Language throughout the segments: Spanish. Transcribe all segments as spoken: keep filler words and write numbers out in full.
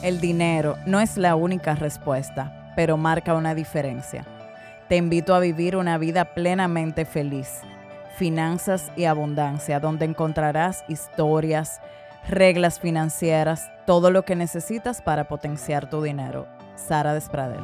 El dinero no es la única respuesta, pero marca una diferencia. Te invito a vivir una vida plenamente feliz. Finanzas y abundancia, donde encontrarás historias, reglas financieras, todo lo que necesitas para potenciar tu dinero. Sara Despradel.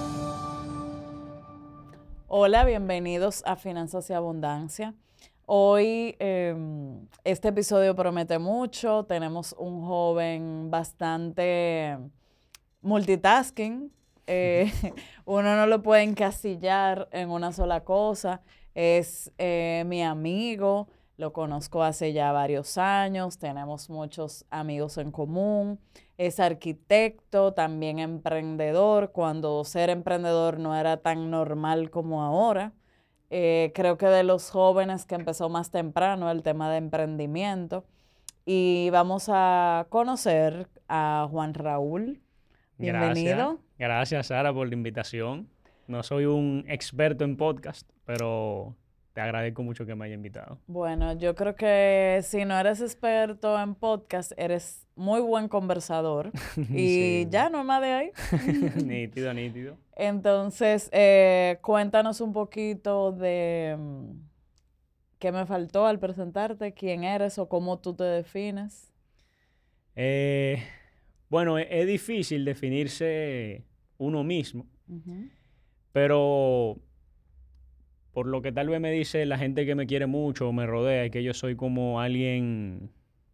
Hola, bienvenidos a Finanzas y Abundancia. Hoy eh, este episodio promete mucho. Tenemos un joven bastante multitasking. Eh, uno no lo puede encasillar en una sola cosa. Es eh, mi amigo, lo conozco hace ya varios años, tenemos muchos amigos en común. Es arquitecto, también emprendedor, cuando ser emprendedor no era tan normal como ahora. Eh, creo que de los jóvenes que empezó más temprano el tema de emprendimiento. Y vamos a conocer a Juan Raúl. Bienvenido. Gracias, gracias Sara por la invitación. No soy un experto en podcast, pero te agradezco mucho que me haya invitado. Bueno, yo creo que si no eres experto en podcast, eres muy buen conversador. Y Sí. ya, no más de ahí. Nítido, nítido. Entonces, eh, cuéntanos un poquito de mm, qué me faltó al presentarte, quién eres o cómo tú te defines. Eh, bueno, es, es difícil definirse uno mismo, Ujú. pero por lo que tal vez me dice la gente que me quiere mucho o me rodea, es que yo soy como alguien,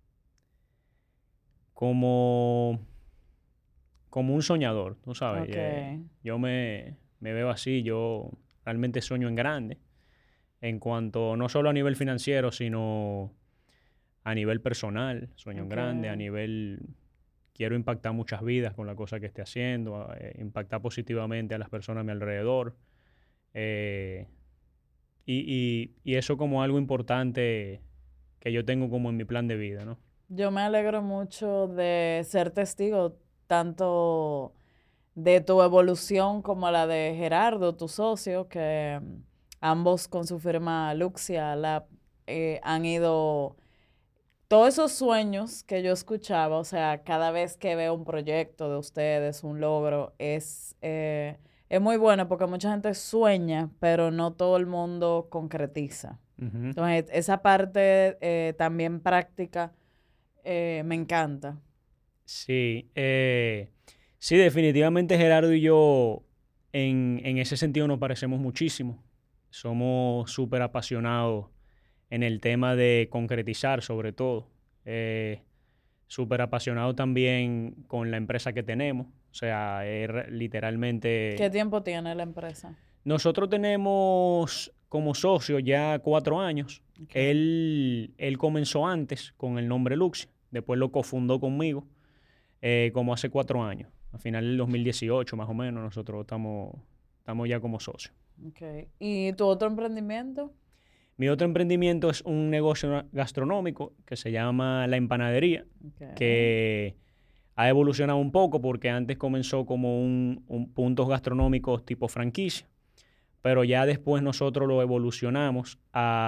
como, como un soñador, tú sabes. Ok. Eh, yo me, me veo así, yo realmente sueño en grande. En cuanto, no solo a nivel financiero, sino a nivel personal, sueño en Ok. grande, a nivel, quiero impactar muchas vidas con la cosa que esté haciendo, eh, impactar positivamente a las personas a mi alrededor. eh, y, y- y eso como algo importante que yo tengo como en mi plan de vida, ¿no? Yo me alegro mucho de ser testigo tanto de tu evolución como la de Gerardo, tu socio, que mm, ambos con su firma Luxia Lab eh, han ido, todos esos sueños que yo escuchaba, o sea, cada vez que veo un proyecto de ustedes, un logro, es, eh, es muy bueno porque mucha gente sueña, pero no todo el mundo concretiza. Ujú. Entonces, esa parte eh, también práctica eh, me encanta. Sí, eh, sí, definitivamente Gerardo y yo en, en ese sentido nos parecemos muchísimo. Somos súper apasionados en el tema de concretizar sobre todo. Eh, Súper apasionado también con la empresa que tenemos. O sea, es re- ¿Qué literalmente... tiempo tiene la empresa? Nosotros tenemos como socio ya cuatro años. Ok. Él, él comenzó antes con el nombre Luxia. Después lo cofundó conmigo eh, como hace cuatro años. A final del dos mil dieciocho más o menos nosotros estamos, estamos ya como socios. Ok. ¿Y tu otro emprendimiento? Mi otro emprendimiento es un negocio gastronómico que se llama La Empanadería, Ok. que ha evolucionado un poco porque antes comenzó como un, un puntos gastronómicos tipo franquicia, pero ya después nosotros lo evolucionamos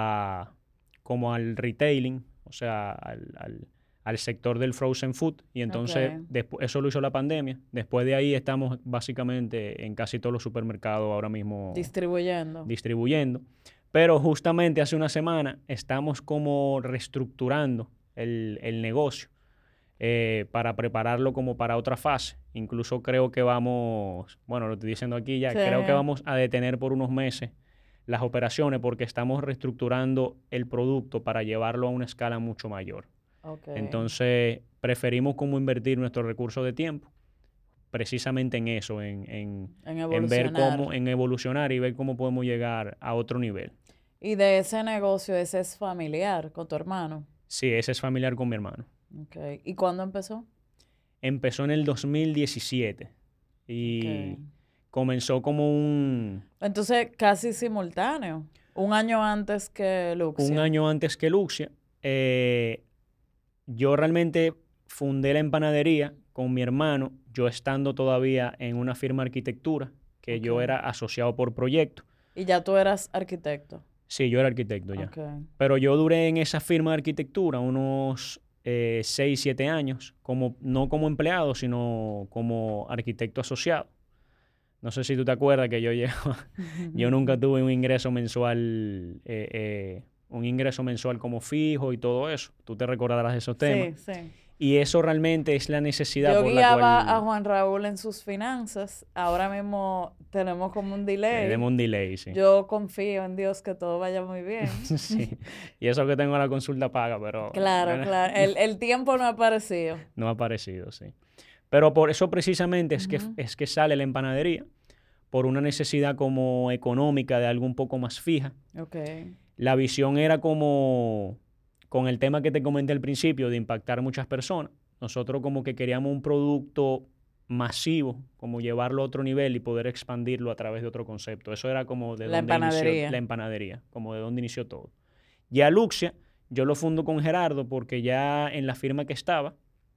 a como al retailing, o sea, al, al- al sector del frozen food, y Ok. entonces despu- eso lo hizo la pandemia. Después de ahí estamos básicamente en casi todos los supermercados ahora mismo Distribuyendo. distribuyendo. Pero justamente hace una semana estamos como reestructurando el, el negocio eh, para prepararlo como para otra fase. Incluso creo que vamos, bueno, lo estoy diciendo aquí ya, Sí. creo que vamos a detener por unos meses las operaciones porque estamos reestructurando el producto para llevarlo a una escala mucho mayor. Ok. Entonces, preferimos como invertir nuestros recursos de tiempo precisamente en eso, en, en, En en ver cómo, evolucionar. en evolucionar y ver cómo podemos llegar a otro nivel. Y de ese negocio, ese es familiar con tu hermano. Sí, ese es familiar con mi hermano. Ok. ¿Y cuándo empezó? Empezó en el dos mil diecisiete Ok. y comenzó como un, Entonces, casi simultáneo. Un año antes que un Luxia. año antes que Luxia. Eh, yo realmente fundé la empanadería con mi hermano, yo estando todavía en una firma de arquitectura, que Ok. yo era asociado por proyecto. Y ya tú eras arquitecto. Sí, yo era arquitecto ya. Ok. Pero yo duré en esa firma de arquitectura unos eh, seis, siete años, como, no como empleado, sino como arquitecto asociado. No sé si tú te acuerdas que yo llevo, yo nunca tuve un ingreso mensual, eh, eh, un ingreso mensual como fijo y todo eso. Tú te recordarás de esos temas. Sí, sí. Y eso realmente es la necesidad Yo por la guiaba cual a Juan Raúl en sus finanzas. Ahora mismo tenemos como un delay. tenemos un delay, sí. Yo confío en Dios que todo vaya muy bien. Sí. Y eso que tengo la consulta paga, pero Claro, bueno, claro. El, el tiempo no ha aparecido. no ha aparecido, sí. Pero por eso precisamente es que, Ujú. es que sale la empanadería, por una necesidad como económica de algo un poco más fija. Ok. La visión era como, con el tema que te comenté al principio, de impactar muchas personas. Nosotros como que queríamos un producto masivo, como llevarlo a otro nivel y poder expandirlo a través de otro concepto. Eso era como de La donde inició empanadería. la empanadería, como de donde inició todo. Ya Luxia, yo lo fundo con Gerardo porque ya en la firma que estaba,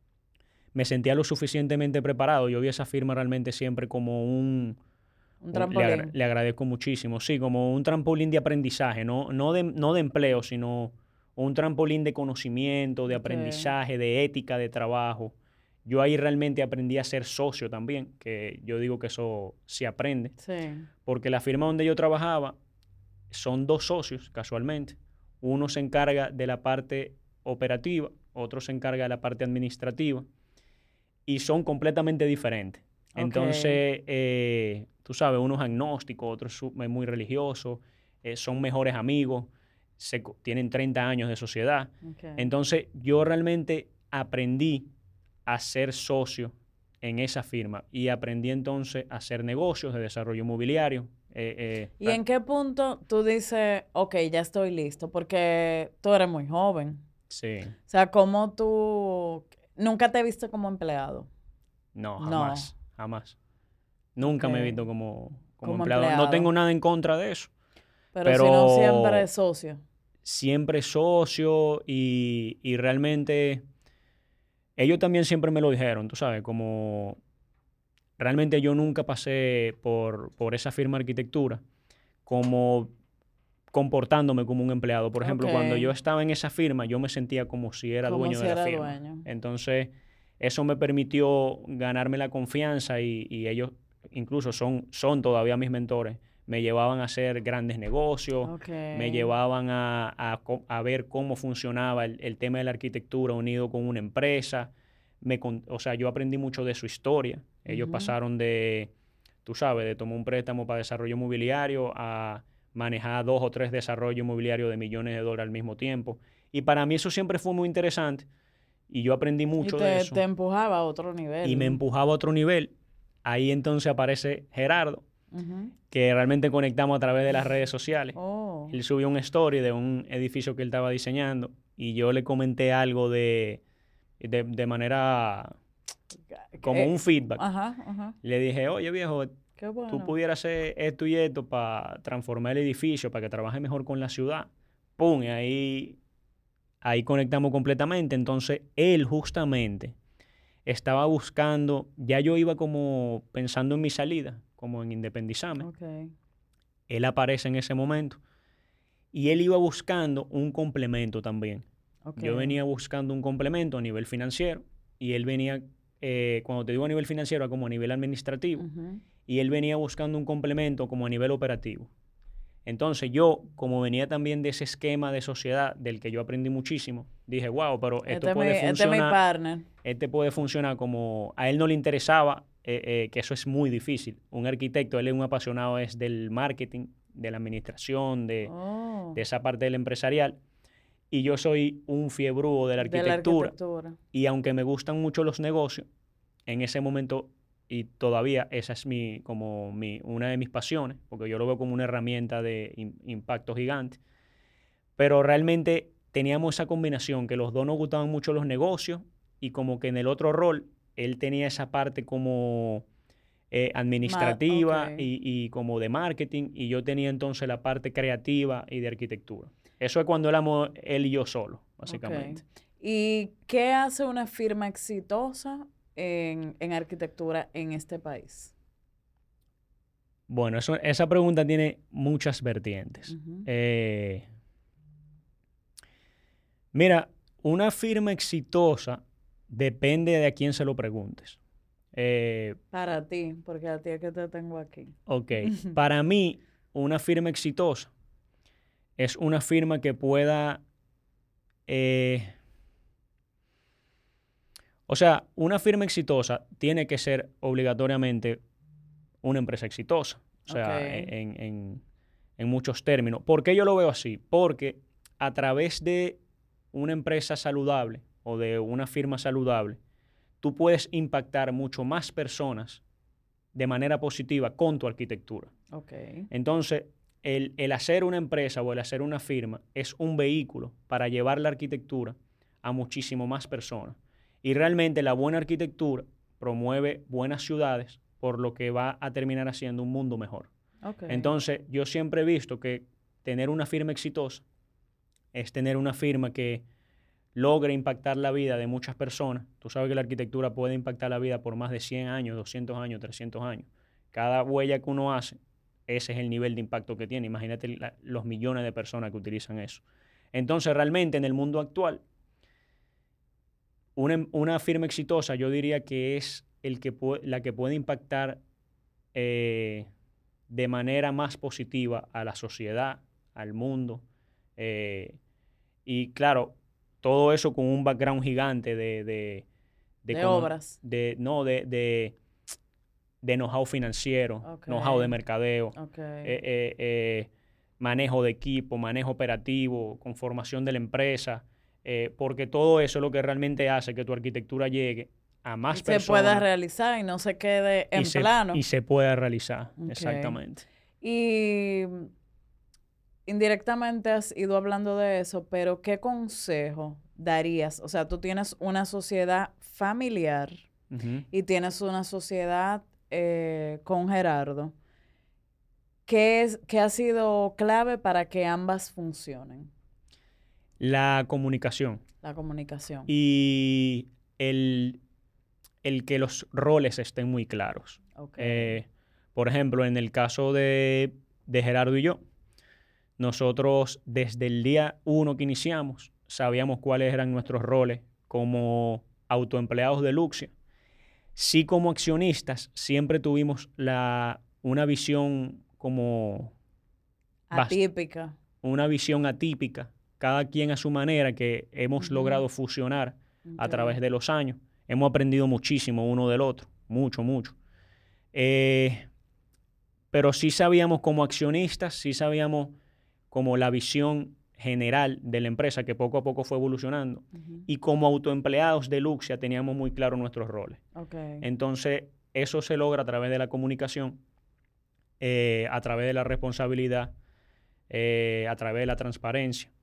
me sentía lo suficientemente preparado. Yo vi esa firma realmente siempre como un... Un un- le, agra- trampolín. le agradezco muchísimo, sí, como un trampolín de aprendizaje, no, no, de, no de empleo, sino un trampolín de conocimiento, de Ok. aprendizaje, de ética, de trabajo. Yo ahí realmente aprendí a ser socio también, que yo digo que eso se aprende, Sí. porque la firma donde yo trabajaba son dos socios, casualmente. Uno se encarga de la parte operativa, otro se encarga de la parte administrativa, y son completamente diferentes. Ok. Entonces, eh, tú sabes, uno es agnóstico, otro es su- es muy religioso, eh, son mejores amigos, se co- tienen treinta años de sociedad. Ok. Entonces, yo realmente aprendí a ser socio en esa firma y aprendí entonces a hacer negocios de desarrollo inmobiliario. eh, eh, ¿Y pra- en qué punto tú dices, ok, ya estoy listo? Porque tú eres muy joven. sí, O sea, ¿cómo tú nunca te he visto como empleado? no, No. jamás, jamás. Ok. Nunca me he visto como, como Como empleado. No tengo empleado. nada en contra de eso, Pero si no, siempre pero socio. siempre socio y, y realmente ellos también siempre me lo dijeron, tú sabes, como realmente yo nunca pasé por, por esa firma de arquitectura como comportándome como un empleado. Por Ok. ejemplo, cuando yo estaba en esa firma, yo me sentía como si era Como dueño si de la era firma. dueño. Entonces, eso me permitió ganarme la confianza y, y ellos incluso son, son todavía mis mentores. Me llevaban a hacer grandes negocios, Ok. me llevaban a, a co- a ver cómo funcionaba el, el tema de la arquitectura unido con una empresa. Me, con- o sea, yo aprendí mucho de su historia. Ellos Ujú. pasaron de, tú sabes, de tomar un préstamo para desarrollo inmobiliario a manejar dos o tres desarrollos inmobiliarios de millones de dólares al mismo tiempo. Y para mí eso siempre fue muy interesante y yo aprendí Y mucho de te, te eso empujaba a otro y me nivel. empujaba a otro nivel. Ahí entonces aparece Gerardo, Ujú. que realmente conectamos a través de las redes sociales. Oh. Él subió un story de un edificio que él estaba diseñando y yo le comenté algo de, de, de manera como un Eh, feedback. ajá, ajá. Le dije, oye viejo, Qué tú bueno. pudieras hacer esto y esto para transformar el edificio, para que trabaje mejor con la ciudad. Pum, y ahí, ahí conectamos completamente. Entonces, él justamente estaba buscando, ya yo iba como pensando en mi salida, como en independizarme. Ok. Él aparece en ese momento y él iba buscando un complemento también. Ok. Yo venía buscando un complemento a nivel financiero y él venía, eh, cuando te digo a nivel financiero, como a nivel administrativo, Ujú. y él venía buscando un complemento como a nivel operativo. Entonces yo, como venía también de ese esquema de sociedad del que yo aprendí muchísimo, dije, wow, pero esto Este es mi, puede este es mi funcionar, partner. este puede funcionar como a él no le interesaba, eh, eh, que eso es muy difícil. Un arquitecto, él es un apasionado es del marketing, de la administración, de, Oh. de esa parte del empresarial, y yo soy un fiebrúo de la De la arquitectura, arquitectura. y aunque me gustan mucho los negocios, en ese momento y todavía esa es mi, como mi, una de mis pasiones, porque yo lo veo como una herramienta de im- impacto gigante. Pero realmente teníamos esa combinación, que los dos nos gustaban mucho los negocios y como que en el otro rol él tenía esa parte como eh, Ma- ok. administrativa y, y como de marketing y yo tenía entonces la parte creativa y de arquitectura. Eso es cuando éramos él y yo solos, Ok. básicamente. ¿Y qué hace una firma exitosa en, en arquitectura en este país? Bueno, eso, esa pregunta tiene muchas vertientes. Ujú. Eh, Mira, Una firma exitosa depende de a quién se lo preguntes. Eh, Para ti, porque a ti es que te tengo aquí. ok, para mí, una firma exitosa es una firma que pueda... eh, o sea, una firma exitosa tiene que ser obligatoriamente una empresa exitosa. O sea, Ok. en, en- en muchos términos. ¿Por qué yo lo veo así? Porque a través de una empresa saludable o de una firma saludable, tú puedes impactar mucho más personas de manera positiva con tu arquitectura. Ok. Entonces, el, el hacer una empresa o el hacer una firma es un vehículo para llevar la arquitectura a muchísimo más personas. Y realmente la buena arquitectura promueve buenas ciudades, por lo que va a terminar haciendo un mundo mejor. Ok. Entonces, yo siempre he visto que tener una firma exitosa es tener una firma que logre impactar la vida de muchas personas. Tú sabes que la arquitectura puede impactar la vida por más de cien años, doscientos años, trescientos años. Cada huella que uno hace, ese es el nivel de impacto que tiene. Imagínate la, los millones de personas que utilizan eso. Entonces, realmente en el mundo actual, una, una firma exitosa yo diría que es el que puede, la que puede impactar eh, de manera más positiva a la sociedad, al mundo. eh, y claro, todo eso con un background gigante de, de, de, De cono- obras. de- no, de, de, de know-how financiero, Ok. know-how de mercadeo, Ok. eh, eh, eh, manejo de equipo, manejo operativo, conformación de la empresa, eh, porque todo eso es lo que realmente hace que tu arquitectura llegue a Y más se pueda personas realizar y no se quede y en se, y plano. se pueda realizar. Ok. Exactamente. Y indirectamente has ido hablando de eso, pero ¿qué consejo darías? O sea, tú tienes una sociedad familiar Ujú. y tienes una sociedad eh, con Gerardo. ¿Qué es, qué ha sido clave para que ambas funcionen? La comunicación La comunicación. y el, el que los roles estén muy claros. Ok. Eh, por ejemplo, en el caso de, de Gerardo y yo, nosotros desde el día uno que iniciamos sabíamos cuáles eran nuestros roles como autoempleados de Luxia. Sí, como accionistas siempre tuvimos la, una visión como bast- Atípica. una visión atípica, cada quien a su manera, que hemos Ujú. logrado fusionar a Ok. través de los años. Hemos aprendido muchísimo uno del otro, mucho, mucho. Eh, pero sí sabíamos como accionistas, sí sabíamos como la visión general de la empresa que poco a poco fue evolucionando. Ujú. Y como autoempleados de Luxia teníamos muy claro nuestros roles. Ok. Entonces, eso se logra a través de la comunicación, eh, a través de la responsabilidad, eh, a través de la transparencia.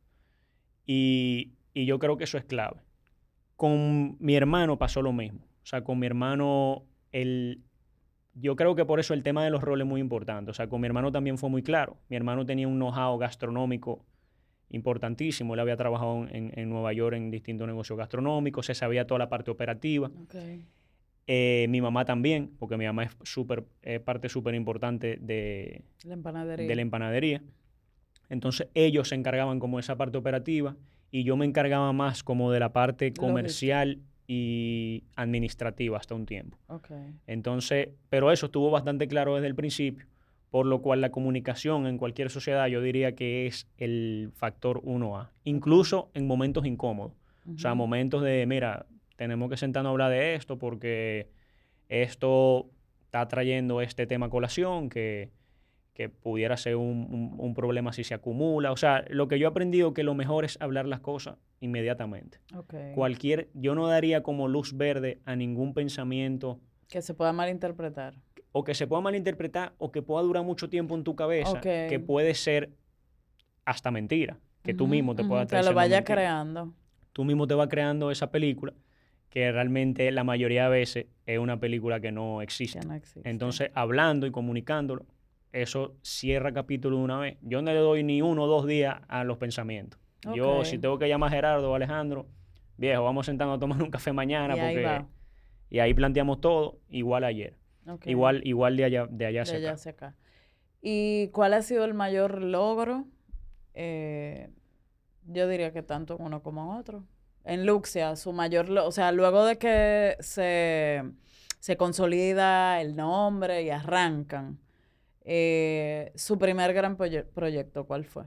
Y, y yo creo que eso es clave. Con mi hermano pasó lo mismo. O sea, con mi hermano, el, yo creo que por eso el tema de los roles es muy importante. O sea, con mi hermano también fue muy claro. Mi hermano tenía un know-how gastronómico importantísimo. Él había trabajado en, en Nueva York en distintos negocios gastronómicos, se sabía toda la parte operativa. Ok. Eh, mi mamá también, porque mi mamá es súper, es parte súper importante de, La de la empanadería. empanadería. Entonces ellos se encargaban como de esa parte operativa y yo me encargaba más como de la parte Logística. comercial y administrativa hasta un tiempo. Ok. Entonces, pero eso estuvo bastante claro desde el principio, por lo cual la comunicación en cualquier sociedad yo diría que es el factor uno A, incluso en momentos incómodos. O sea, Ujú. momentos de, mira, tenemos que sentarnos a hablar de esto porque esto está trayendo este tema a colación que, que pudiera ser un, un- un problema si se acumula. O sea, lo que yo he aprendido que lo mejor es hablar las cosas inmediatamente. Ok. Cualquier, yo no daría como luz verde a ningún pensamiento Que se pueda malinterpretar. o que se pueda malinterpretar o que pueda durar mucho tiempo en tu cabeza, Ok. que puede ser hasta mentira, que tú Ujú, mismo te ujú, puedas que estar lo diciendo vaya mentira. creando. Tú mismo te vas creando esa película que realmente la mayoría de veces es una película que no Que existe. no existe. Entonces, hablando y comunicándolo, eso cierra capítulo de una vez. Yo no le doy ni uno o dos días a los pensamientos. Yo, si Ok. tengo que llamar a Gerardo o Alejandro, viejo, vamos sentando a tomar un café mañana Y ahí porque... va. Y ahí planteamos todo, igual ayer. Ok. Igual, igual de allá, de allá De hacia allá acá. hacia acá. ¿Y cuál ha sido el mayor logro? Eh, yo diría que tanto en uno como en otro. en Luxia, su mayor, lo- o sea, luego de que se, se consolida el nombre y arrancan, eh, su primer gran proye- proyecto, ¿cuál fue?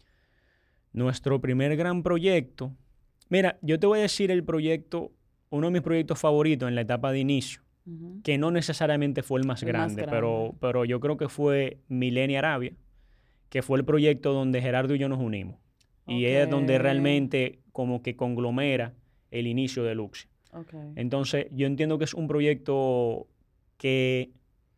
Nuestro primer gran proyecto. Mira, yo te voy a decir el proyecto, uno de mis proyectos favoritos en la etapa de inicio, Ujú. que no necesariamente fue el más El más grande, grande. pero, pero yo creo que fue Milenia Arabia, que fue el proyecto donde Gerardo y yo nos unimos. Y Ok, es donde realmente como que conglomera el inicio de Luxia. ok. Entonces, yo entiendo que es un proyecto que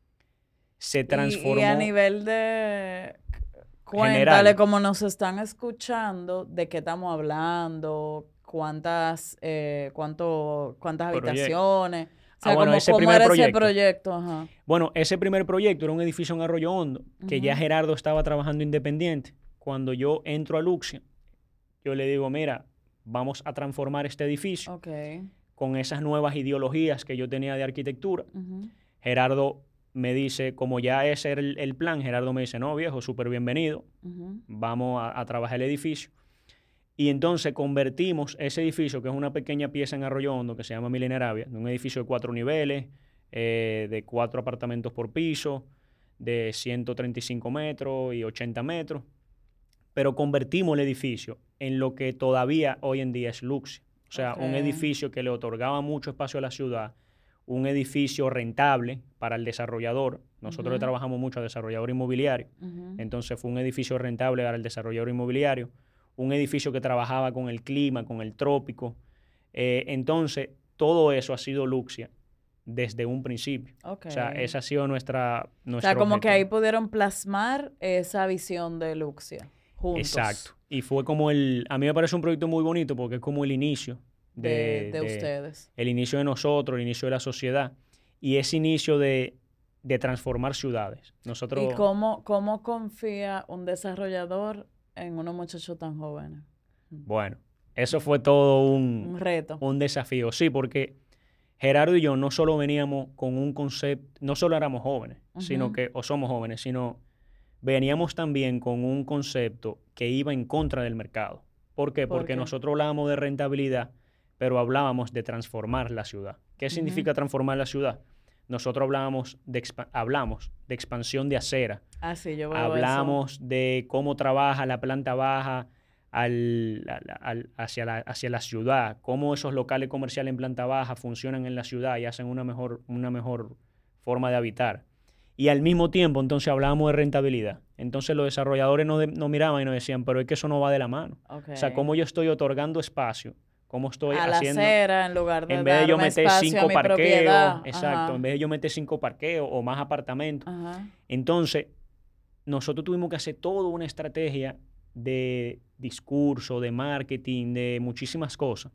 se Y, y a transformó nivel de, cuéntale, general. como nos están escuchando, de qué estamos hablando, cuántas, eh, cuánto, cuántas Proyecto. habitaciones, o Ah, sea, bueno, como, ese cómo primer era ese proyecto. proyecto, ajá. Bueno, ese primer proyecto era un edificio en Arroyo Hondo, que ya Ujú. Gerardo estaba trabajando independiente. Cuando yo entro a Luxia, yo le digo, mira, vamos a transformar este edificio Ok. con esas nuevas ideologías que yo tenía de arquitectura. Ujú, Gerardo me dice, como ya ese era el, el plan, Gerardo me dice, no, viejo, súper bienvenido, ujú. vamos a, a trabajar el edificio. Y entonces convertimos ese edificio, que es una pequeña pieza en Arroyo Hondo, que se llama Milenia Arabia, de un edificio de cuatro niveles, eh, de cuatro apartamentos por piso, de ciento treinta y cinco metros y ochenta metros, pero convertimos el edificio en lo que todavía hoy en día es Luxia. O sea, Ok. un edificio que le otorgaba mucho espacio a la ciudad, un edificio rentable para el desarrollador. Nosotros le Ujú, trabajamos mucho al desarrollador inmobiliario, ujú. entonces fue un edificio rentable para el desarrollador inmobiliario, un edificio que trabajaba con el clima, con el trópico. Eh, entonces, todo eso ha sido Luxia desde un principio. Ok. O sea, ese ha sido nuestra, O sea, nuestro como que objetivo. ahí pudieron plasmar esa visión de Luxia Exacto. juntos Y fue como el, a mí me parece un proyecto muy bonito porque es como el inicio de, de, de de ustedes. el inicio de nosotros, el inicio de la sociedad y ese inicio de, de transformar ciudades. ¿Y Nosotros, cómo, cómo confía un desarrollador en unos muchachos tan jóvenes? Mm, bueno, eso mm. fue todo un, Un reto. un desafío. Sí, porque Gerardo y yo no solo veníamos con un concepto, no solo éramos jóvenes, sino Ujú. que, o somos jóvenes, sino veníamos también con un concepto que iba en contra del mercado. ¿Por qué? ¿Por Porque qué? nosotros hablábamos de rentabilidad, pero hablábamos de transformar la ciudad. ¿Qué Ujú. significa transformar la ciudad? Nosotros hablábamos de, expa- hablamos de expansión de acera, Ah, sí, yo veo eso. hablamos de cómo trabaja la planta baja al- al- al- hacia, la, hacia la ciudad, cómo esos locales comerciales en planta baja funcionan en la ciudad y hacen una mejor, una mejor forma de habitar. Y al mismo tiempo, entonces hablábamos de rentabilidad. Entonces los desarrolladores nos, de- nos miraban y nos decían, pero es que eso no va de la mano. Ok. O sea, cómo yo estoy otorgando espacio, cómo estoy A la haciendo, acera, en lugar de en vez de yo darme meter espacio a cinco mi parqueos, propiedad. exacto, en Ajá. vez de yo meter cinco parqueos o más apartamentos. Ajá. Entonces, nosotros tuvimos que hacer toda una estrategia de discurso, de marketing, de muchísimas cosas,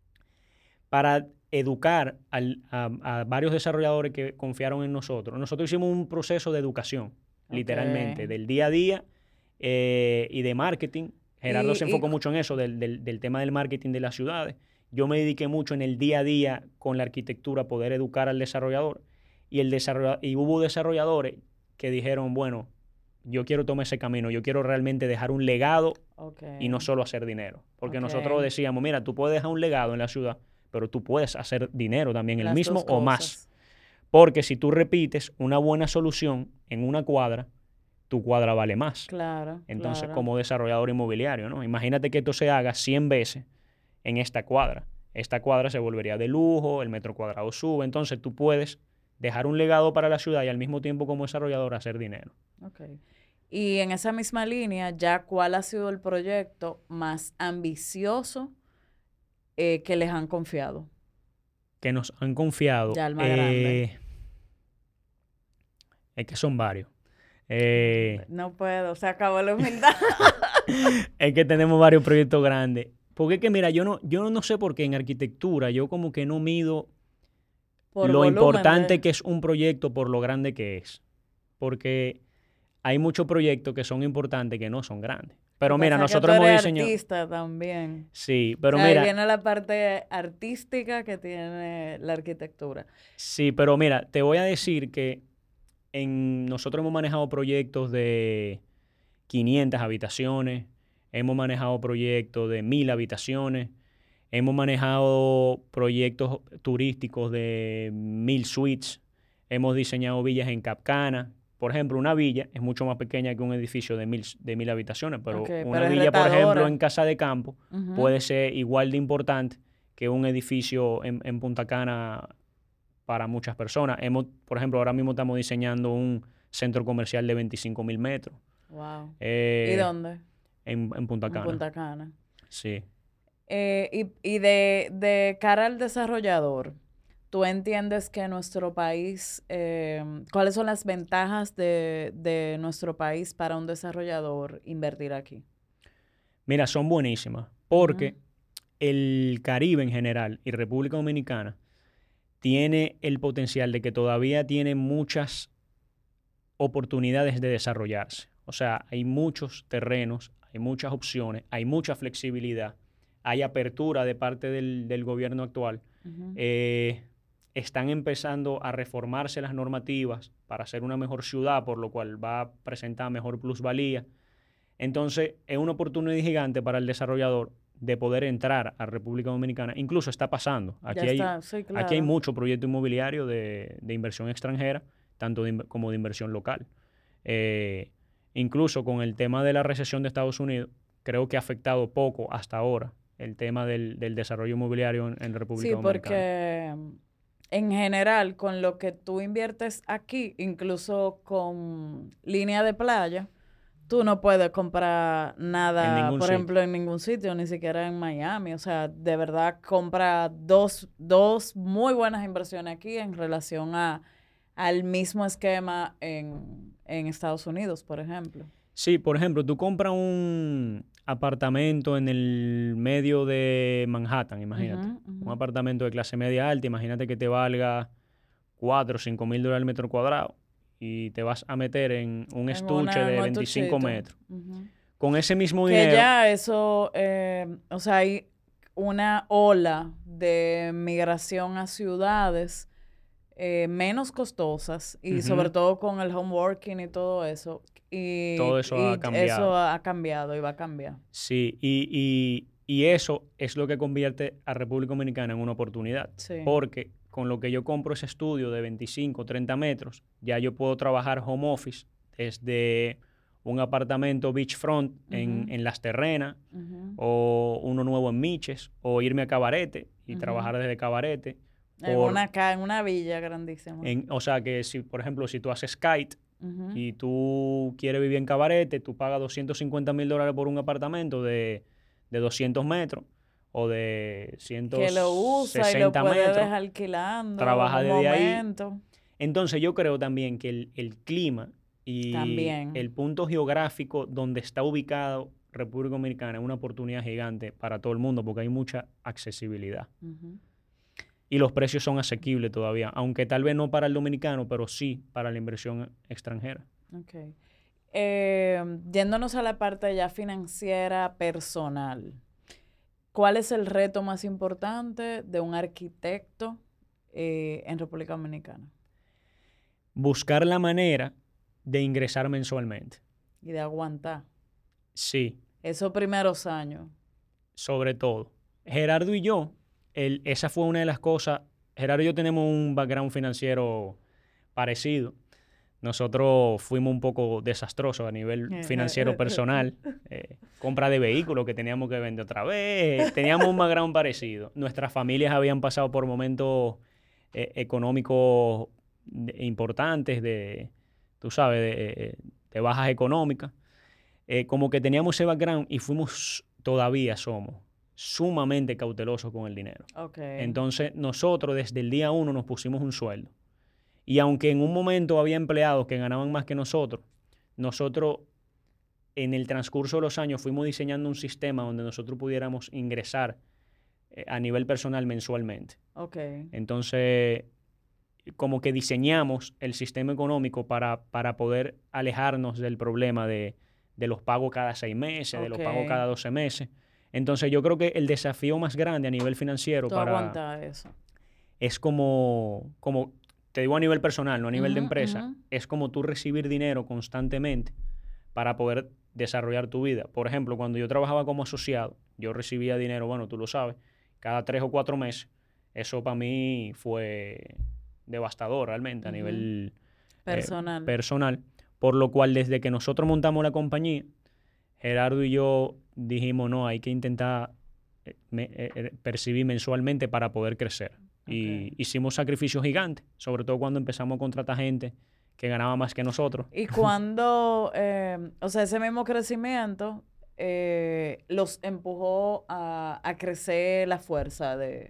para educar al- a, a varios desarrolladores que confiaron en nosotros. Nosotros hicimos un proceso de educación, Ok. literalmente, del día a día eh, y de marketing. Gerardo Y, se y enfocó mucho en eso, del, del- del tema del marketing de las ciudades. Yo me dediqué mucho en el día a día con la arquitectura a poder educar al desarrollador. Y, el desarrolla- y hubo desarrolladores que dijeron, bueno, yo quiero tomar ese camino, yo quiero realmente dejar un legado ok. y no solo hacer dinero. Porque Ok. nosotros decíamos, mira, tú puedes dejar un legado en la ciudad, pero tú puedes hacer dinero también, el Las mismo dos o más. cosas. Porque si tú repites una buena solución en una cuadra, tu cuadra vale más. Claro, Entonces, claro. como desarrollador inmobiliario, ¿no? Imagínate que esto se haga cien veces en esta cuadra. Esta cuadra se volvería de lujo, el metro cuadrado sube, entonces tú puedes dejar un legado para la ciudad y al mismo tiempo como desarrollador hacer dinero. Ok. Y en esa misma línea, ya, ¿cuál ha sido el proyecto más ambicioso eh, que les han confiado? Que nos han confiado, Ya el más grande. eh, es que son varios. Eh, No puedo, se acabó la humildad. es que tenemos varios proyectos grandes. Porque es que, mira, yo no, yo no sé por qué en arquitectura yo como que no mido Por lo volumen importante de... que es un proyecto por lo grande que es. Porque hay muchos proyectos que son importantes que no son grandes. Sí, Pero mira, pasa que tú nosotros hemos eres diseñado... artista también. Sí, O pero sea, ahí mira, viene la parte artística que tiene la arquitectura. sí, pero mira, te voy a decir que en, nosotros hemos manejado proyectos de quinientas habitaciones, hemos manejado proyectos de mil habitaciones, Hemos manejado proyectos turísticos de mil suites. Hemos diseñado villas en Cap Cana. Por ejemplo, una villa es mucho más pequeña que un edificio de mil, de mil habitaciones, pero Okay, una pero es villa, por retadora. ejemplo, en Casa de Campo Ujú. puede ser igual de importante que un edificio en, en Punta Cana para muchas personas. Hemos, por ejemplo, ahora mismo estamos diseñando un centro comercial de veinticinco mil metros. Wow. Eh, ¿Y dónde? En, en Punta Cana. En Punta Cana. Sí. Eh, y y de, de cara al desarrollador, ¿tú entiendes que nuestro país, eh, cuáles son las ventajas de, de nuestro país para un desarrollador invertir aquí? Mira, son buenísimas porque Ujú. el Caribe en general y República Dominicana tiene el potencial de que todavía tiene muchas oportunidades de desarrollarse. O sea, hay muchos terrenos, hay muchas opciones, hay mucha flexibilidad, hay apertura de parte del, del gobierno actual. Ujú. Eh, están empezando a reformarse las normativas para ser una mejor ciudad, por lo cual va a presentar mejor plusvalía. Entonces, es una oportunidad gigante para el desarrollador de poder entrar a República Dominicana. Incluso está pasando. Ya Aquí hay, está, sí, aquí hay claro. mucho proyecto inmobiliario de, de inversión extranjera, tanto de in- como de inversión local. Eh, incluso con el tema de la recesión de Estados Unidos, creo que ha afectado poco hasta ahora el tema del, del desarrollo inmobiliario en, en República Sí, Dominicana. porque mm, en general, con lo que tú inviertes aquí, incluso con línea de playa, tú no puedes comprar En nada, ningún por sitio. ejemplo, en ningún sitio, ni siquiera en Miami. O sea, de verdad compra dos, dos muy buenas inversiones aquí en relación a, al mismo esquema en, en Estados Unidos, por ejemplo. Sí, por ejemplo, tú compras un apartamento en el medio de Manhattan, imagínate. Ujú, Un ujú. apartamento de clase media alta, imagínate que te valga cuatro o cinco mil dólares al metro cuadrado y te vas a meter en un En estuche una, en de un veinticinco estuchito. metros. Ujú. Con ese mismo Que dinero, ya eso, eh, o sea, hay una ola de migración a ciudades eh, menos costosas y sobre ujú, todo con el home working y todo eso. Y, todo eso ha y eso cambiado. ha cambiado y va a cambiar. Sí, y, y- y eso es lo que convierte a República Dominicana en una oportunidad. Sí. Porque con lo que yo compro ese estudio de veinticinco, treinta metros, ya yo puedo trabajar home office desde un apartamento beachfront en, Ujú, en Las Terrenas, ujú, o uno nuevo en Miches, o irme a Cabarete y ujú. trabajar desde Cabarete. En Por, una, ca- en una villa grandísima. en, o sea que si, por ejemplo, si tú haces kite Ujú. y tú quieres vivir en Cabarete, tú pagas doscientos cincuenta mil dólares por un apartamento de, de doscientos metros o de Que lo usa y lo ciento sesenta puede metros, dejar alquilando en trabaja un desde ahí. momento. Entonces yo creo también que el, el clima y También. el punto geográfico donde está ubicado República Dominicana es una oportunidad gigante para todo el mundo porque hay mucha accesibilidad. Ujú. Y los precios son asequibles todavía, aunque tal vez no para el dominicano, pero sí para la inversión extranjera. Ok. Eh, yéndonos a la parte ya financiera personal, ¿cuál es el reto más importante de un arquitecto eh, en República Dominicana? Buscar la manera de ingresar mensualmente. Y de aguantar Sí, esos primeros años. sobre todo. Gerardo y yo, el- esa fue una de las cosas. Gerardo y yo tenemos un background financiero parecido. Nosotros fuimos un poco desastrosos a nivel financiero personal. Eh, compra de vehículos que teníamos que vender otra vez. Teníamos un background parecido. Nuestras familias habían pasado por momentos eh, económicos de- importantes, de, tú sabes, de, eh, de bajas económicas. Eh, como que teníamos ese background y fuimos, todavía somos, sumamente cautelosos con el dinero. Ok. Entonces, nosotros desde el día uno nos pusimos un sueldo. Y aunque en un momento había empleados que ganaban más que nosotros, nosotros en el transcurso de los años fuimos diseñando un sistema donde nosotros pudiéramos ingresar eh, a nivel personal mensualmente. Ok. Entonces, como que diseñamos el sistema económico para, para poder alejarnos del problema de, de los pagos cada seis meses, de Ok. los pagos cada doce meses. Entonces, yo creo que el desafío más grande a nivel financiero Tú para, aguantas eso. es como, como, te digo a nivel personal, no a nivel de Ujú, empresa, ujú. es como tú recibir dinero constantemente para poder desarrollar tu vida. Por ejemplo, cuando yo trabajaba como asociado, yo recibía dinero, bueno, tú lo sabes, cada tres o cuatro meses. Eso para mí fue devastador realmente a Ujú. nivel eh, Personal. personal. Por lo cual, desde que nosotros montamos la compañía, Gerardo y yo dijimos, no, hay que intentar eh, me- eh, eh, percibir mensualmente para poder crecer. Y Ok. hicimos sacrificios gigantes, sobre todo cuando empezamos a contratar gente que ganaba más que nosotros. Y cuando, eh, o sea, ese mismo crecimiento eh, los empujó a, a crecer la fuerza de...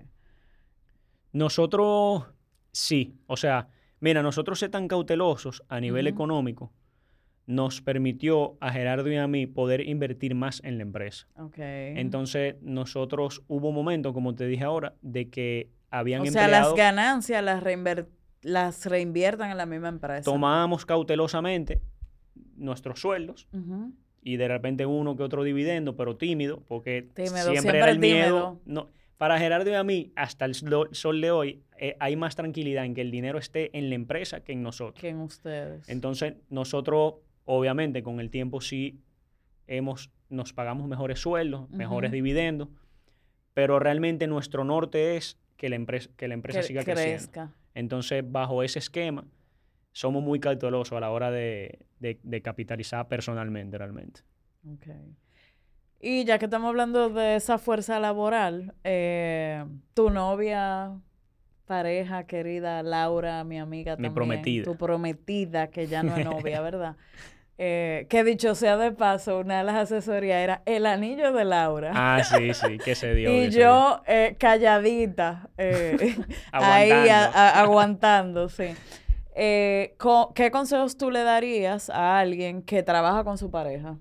Nosotros, sí, o sea, mira, nosotros ser tan cautelosos a nivel Ujú. económico nos permitió a Gerardo y a mí poder invertir más en la empresa. Ok. Entonces, nosotros hubo un momento, como te dije ahora, de que habían O sea, las empleados, ganancias las, reinver- las reinviertan en la misma empresa. tomábamos cautelosamente nuestros sueldos Ujú. y de repente uno que otro dividendo, pero tímido, porque Tímido, siempre era siempre el miedo. tímido. No, para Gerardo y a mí, hasta el sol sol de hoy, eh, hay más tranquilidad en que el dinero esté en la empresa que en nosotros. Que en ustedes. Entonces, nosotros, obviamente, con el tiempo sí hemos, nos pagamos mejores sueldos, mejores Ujú. dividendos, pero realmente nuestro norte es que la empresa, que la empresa Que siga creciendo. crezca. Entonces, bajo ese esquema, somos muy cautelosos a la hora de, de- de capitalizar personalmente, realmente. Ok. Y ya que estamos hablando de esa fuerza laboral, eh, tu novia, pareja querida, Laura, mi amiga Mi también, tu prometida. prometida, que ya no es novia, ¿verdad? Eh, que dicho sea de paso, una de las asesorías era el anillo de Laura. Ah, sí, sí, que se dio, Y que se dio. yo eh, calladita, eh, ahí a- Aguantando. a- aguantando, sí. Eh, co- ¿qué consejos tú le darías a alguien que trabaja con su pareja?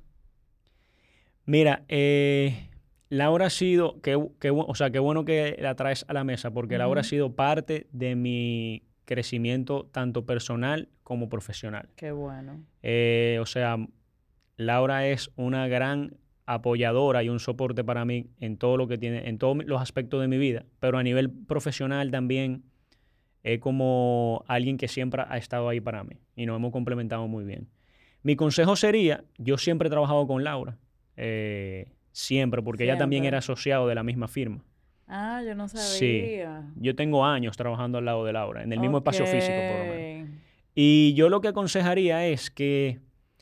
Mira, eh, Laura ha sido, qué, bu- qué bu- o sea, qué bueno que la traes a la mesa, porque Laura ha Ujú. sido parte de mi crecimiento tanto personal como profesional. Qué bueno. Eh, o sea, Laura es una gran apoyadora y un soporte para mí en todo lo que tiene, en todos los aspectos de mi vida, pero a nivel profesional también es como alguien que siempre ha estado ahí para mí y nos hemos complementado muy bien. Mi consejo sería, yo siempre he trabajado con Laura, eh, siempre, porque ella también era Siempre. asociado de la misma firma. Ah, yo no Sí, sabía. yo tengo años trabajando al lado de Laura, en el mismo Ok. espacio físico por lo menos. Y yo lo que aconsejaría es que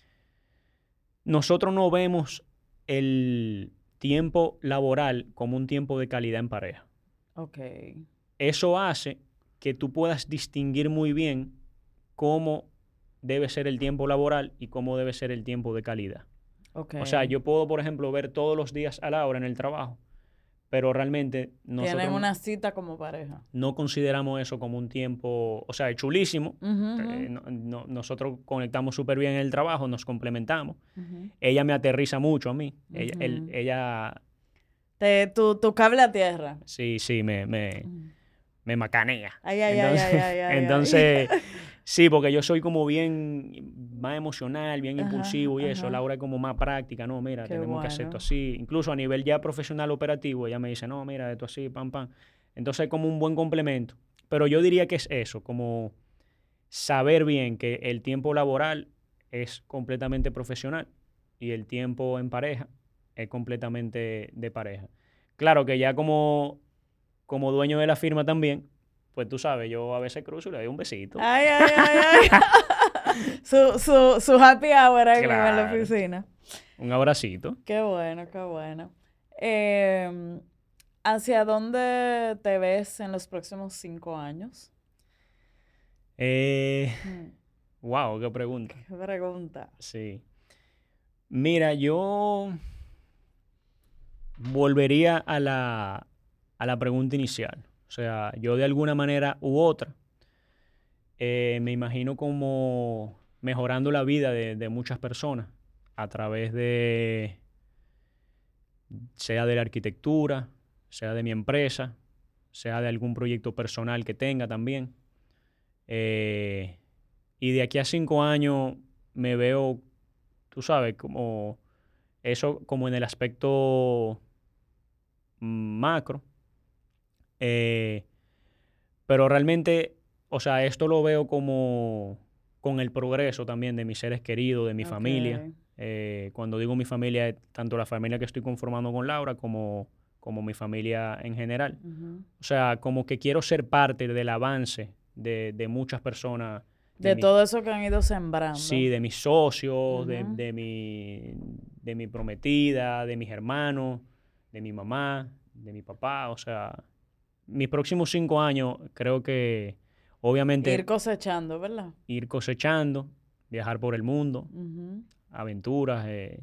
nosotros no vemos el tiempo laboral como un tiempo de calidad en pareja. Ok. Eso hace que tú puedas distinguir muy bien cómo debe ser el tiempo laboral y cómo debe ser el tiempo de calidad. Ok. O sea, yo puedo, por ejemplo, ver todos los días a Laura en el trabajo, pero realmente Tienen nosotros una cita como pareja. no consideramos eso como un tiempo, o sea, es chulísimo. Ujú, eh, ujú, no- no- nosotros conectamos súper bien en el trabajo, nos complementamos. ujú, Ella me aterriza mucho a mí. Ella, él- ujú. ella Te, tu, tu cable a tierra. sí, sí, me, me, Mm. me macanea. Ay, ay, ay, Entonces, ay, ay, ay, ay. entonces, sí, porque yo soy como bien más emocional, bien Ajá, impulsivo y eso. ajá. Laura es como más práctica, no, mira, Qué tenemos que hacer esto bueno. así. Incluso a nivel ya profesional operativo, ella me dice, no, mira, esto así, pam, pam. Entonces, como un buen complemento. Pero yo diría que es eso, como saber bien que el tiempo laboral es completamente profesional y el tiempo en pareja es completamente de pareja. Claro que ya como, como dueño de la firma también, pues tú sabes, yo a veces cruzo y le doy un besito. Ay, ay, ay, ay. Su, su, su happy hour ahí mismo en la Claro, oficina. un abracito. Qué bueno, qué bueno. Em, ¿hacia dónde te ves en los próximos cinco años? Eh, Hmm, wow, qué pregunta. qué pregunta. Sí. Mira, yo volvería a la, a la pregunta inicial. O sea, yo de alguna manera u otra eh, me imagino como mejorando la vida de, de muchas personas a través de, sea de la arquitectura, sea de mi empresa, sea de algún proyecto personal que tenga también. Eh, y de aquí a cinco años me veo, tú sabes, como eso como en el aspecto macro. Eh, pero realmente, o sea, esto lo veo como con el progreso también de mis seres queridos, de mi familia. Ok. Eh, cuando digo mi familia, es tanto la familia que estoy conformando con Laura como, como mi familia en general. Ujú. O sea, como que quiero ser parte del avance de, de muchas personas. De, de mi, todo eso que han ido sembrando. Sí, de mis socios, uh-huh. de, de, mi, de mi prometida, de mis hermanos, de mi mamá, de mi papá. O sea, mis próximos cinco años creo que obviamente... Ir cosechando, ¿verdad? Ir cosechando, viajar por el mundo, uh-huh. aventuras. Eh.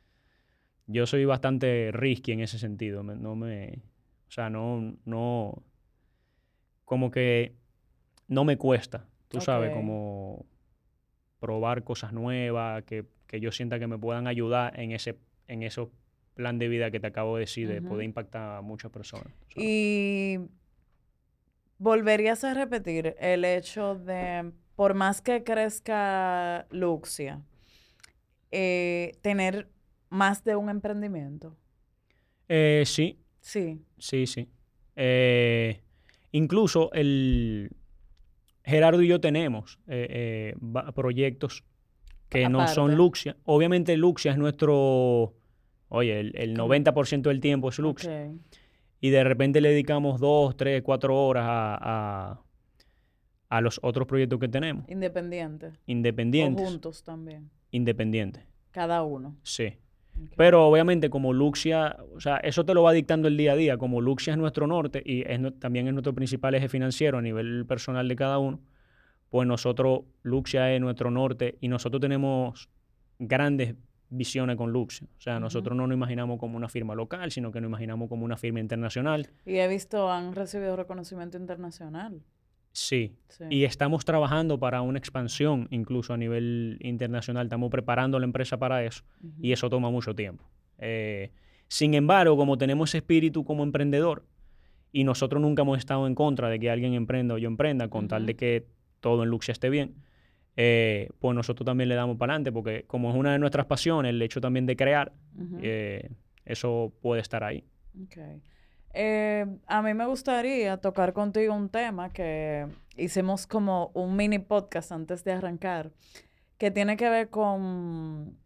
Yo soy bastante risky en ese sentido. Me, no me... O sea, no... no como que no me cuesta, tú okay. sabes, como probar cosas nuevas, que, que yo sienta que me puedan ayudar en ese, en ese plan de vida que te acabo de decir, uh-huh. de poder impactar a muchas personas. ¿Sabes? Y volverías a repetir el hecho de, por más que crezca Luxia, eh, tener más de un emprendimiento. Eh, sí. Sí. Sí, sí. Eh, incluso el... Gerardo y yo tenemos eh, eh, proyectos que Aparte. no son Luxia. Obviamente Luxia es nuestro... Oye, el, el noventa por ciento del tiempo es Luxia. Okay. Y de repente le dedicamos dos, tres, cuatro horas a, a, a los otros proyectos que tenemos. Independientes. Independientes. O juntos también. Independientes. Cada uno. Sí. Okay. Pero obviamente como Luxia, o sea, eso te lo va dictando el día a día. Como Luxia es nuestro norte y es no, también es nuestro principal eje financiero a nivel personal de cada uno, pues nosotros, Luxia es nuestro norte y nosotros tenemos grandes visiones con Luxia. O sea, uh-huh. nosotros no nos imaginamos como una firma local, sino que nos imaginamos como una firma internacional. Y he visto, han recibido reconocimiento internacional. Sí. sí. Y estamos trabajando para una expansión incluso a nivel internacional. Estamos preparando la empresa para eso uh-huh. y eso toma mucho tiempo. Eh, sin embargo, como tenemos ese espíritu como emprendedor y nosotros nunca hemos estado en contra de que alguien emprenda o yo emprenda con uh-huh. tal de que todo en Luxia esté bien, eh, pues nosotros también le damos para adelante porque como es una de nuestras pasiones, el hecho también de crear, uh-huh. eh, eso puede estar ahí. Okay. Eh, a mí me gustaría tocar contigo un tema que hicimos como un mini podcast antes de arrancar, que tiene que ver con,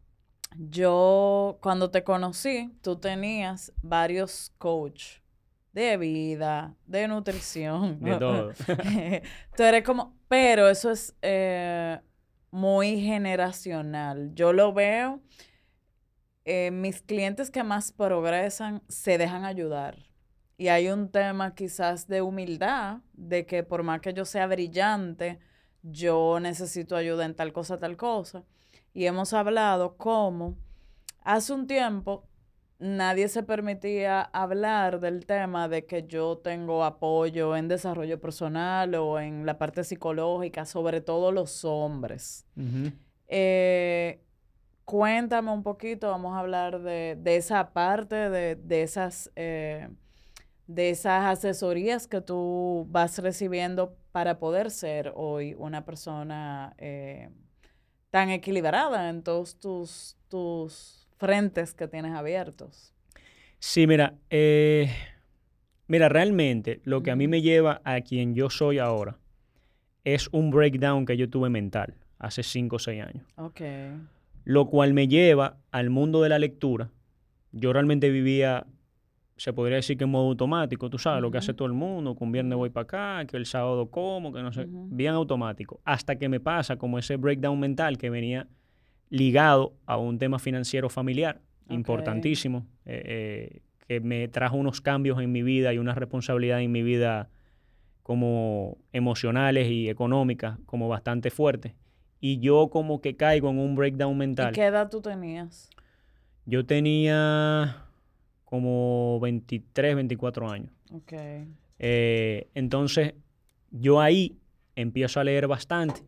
yo cuando te conocí, tú tenías varios coach de vida, de nutrición. De todo. Tú eres como, pero eso es eh, muy generacional. Yo lo veo, eh, mis clientes que más progresan se dejan ayudar. Y hay un tema quizás de humildad, de que por más que yo sea brillante, yo necesito ayuda en tal cosa, tal cosa. Y hemos hablado cómo hace un tiempo nadie se permitía hablar del tema de que yo tengo apoyo en desarrollo personal o en la parte psicológica, sobre todo los hombres. Uh-huh. Eh, cuéntame un poquito, vamos a hablar de, de esa parte, de, de esas... Eh, de esas asesorías que tú vas recibiendo para poder ser hoy una persona eh, tan equilibrada en todos tus, tus frentes que tienes abiertos. Sí, mira, eh, mira, realmente lo que uh-huh. a mí me lleva a quien yo soy ahora es un breakdown que yo tuve mental hace cinco o seis años. Okay. Lo cual me lleva al mundo de la lectura. Yo realmente vivía... se podría decir que en modo automático, tú sabes, uh-huh. lo que hace todo el mundo, que un viernes uh-huh. voy para acá, que el sábado como, que no sé, uh-huh. bien automático. Hasta que me pasa como ese breakdown mental que venía ligado a un tema financiero familiar okay. importantísimo, eh, eh, que me trajo unos cambios en mi vida y una responsabilidad en mi vida como emocionales y económicas como bastante fuertes. Y yo como que caigo en un breakdown mental. ¿Y qué edad tú tenías? Yo tenía... como veintitrés, veinticuatro años. Okay. Eh, entonces, yo ahí empiezo a leer bastante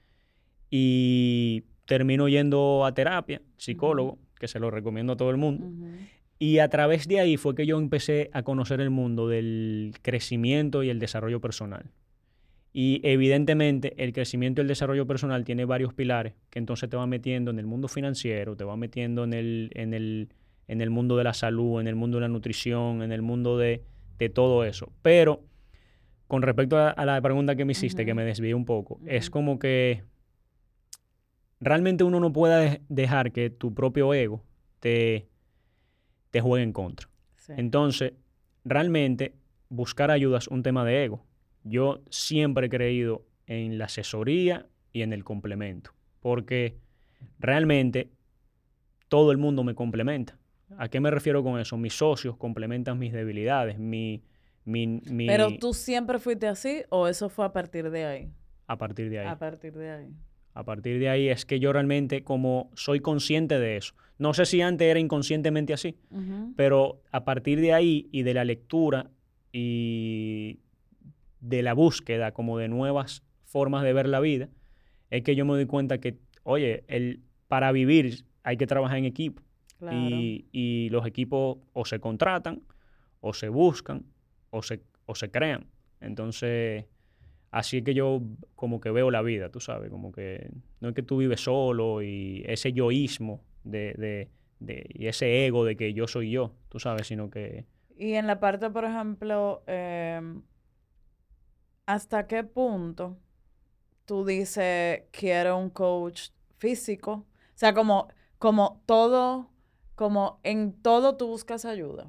y termino yendo a terapia, psicólogo, uh-huh. que se lo recomiendo a todo el mundo. Uh-huh. Y a través de ahí fue que yo empecé a conocer el mundo del crecimiento y el desarrollo personal. Y evidentemente el crecimiento y el desarrollo personal tiene varios pilares que entonces te va metiendo en el mundo financiero, te va metiendo en el... En el en el mundo de la salud, en el mundo de la nutrición, en el mundo de, de todo eso. Pero, con respecto a, a la pregunta que me hiciste, uh-huh. que me desvié un poco, uh-huh. es como que realmente uno no puede dejar que tu propio ego te, te juegue en contra. Sí. Entonces, realmente buscar ayuda es un tema de ego. Yo siempre he creído en la asesoría y en el complemento, porque realmente todo el mundo me complementa. ¿A qué me refiero con eso? Mis socios complementan mis debilidades, mi, mi, mi, ¿Pero tú siempre fuiste así o eso fue a partir de ahí? a partir de ahí. A partir de ahí. A partir de ahí es que yo realmente, como soy consciente de eso, no sé si antes era inconscientemente así, Ujú. pero a partir de ahí y de la lectura y de la búsqueda como de nuevas formas de ver la vida, es que yo me doy cuenta que, oye, el, para vivir hay que trabajar en equipo. Claro. Y, y los equipos o se contratan, o se buscan, o se, o se crean. Entonces, así es que yo como que veo la vida, tú sabes, como que no es que tú vives solo y ese yoísmo de, de, de, y ese ego de que yo soy yo, tú sabes, sino que... Y en la parte, por ejemplo, eh, ¿hasta qué punto tú dices quiero un coach físico? O sea, como, como todo, como en todo tú buscas ayuda.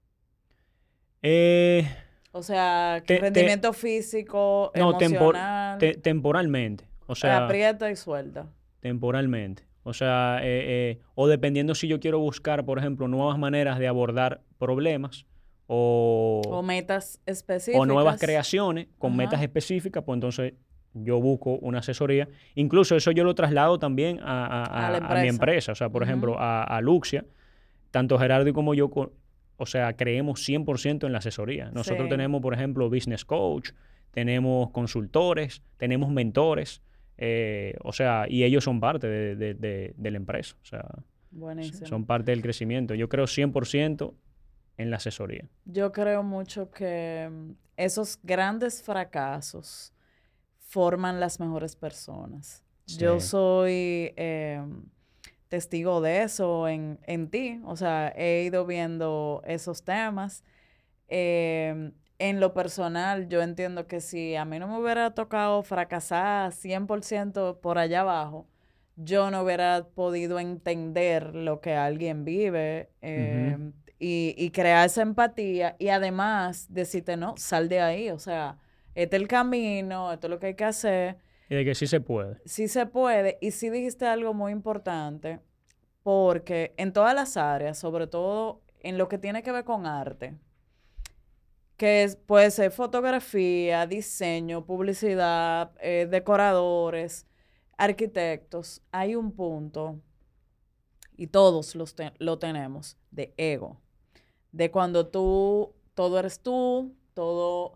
Eh, O sea, que te, te, rendimiento físico, no, tempor, emocional, te, temporalmente, o sea, aprieta y suelta. temporalmente. O sea, eh, eh, o dependiendo si yo quiero buscar, por ejemplo, nuevas maneras de abordar problemas O o, metas o nuevas específicas. creaciones con metas Ajá. específicas, pues entonces yo busco una asesoría. Incluso eso yo lo traslado también a, a- A la a- a mi empresa. empresa. O sea, por Ujú. ejemplo, a, a Luxia, tanto Gerardo y como yo, co- o sea, creemos cien por ciento en la asesoría. Nosotros Sí. tenemos, por ejemplo, business coach, tenemos consultores, tenemos mentores, eh, o sea, y ellos son parte de, de- de- de la empresa. O sea, s- Buenísimo. son parte del crecimiento. Yo creo cien por ciento en la asesoría. Yo creo mucho que mm, esos grandes fracasos forman las mejores personas. Yo Sí. soy eh, testigo de eso en, en ti. O sea, he ido viendo esos temas. Eh, en lo personal, yo entiendo que si a mí no me hubiera tocado fracasar cien por ciento por allá abajo, yo no hubiera podido entender lo que alguien vive Ujú. eh, y, y crear esa empatía y además decirte, no, sal de ahí, o sea, este es el camino, esto es lo que hay que hacer, Y de que sí se puede. sí se puede y sí dijiste algo muy importante porque en todas las áreas, sobre todo en lo que tiene que ver con arte, que es- puede ser fotografía, diseño, publicidad, eh, decoradores, arquitectos, hay un punto, y todos los te- lo tenemos, de ego. De cuando tú, todo eres tú, todo,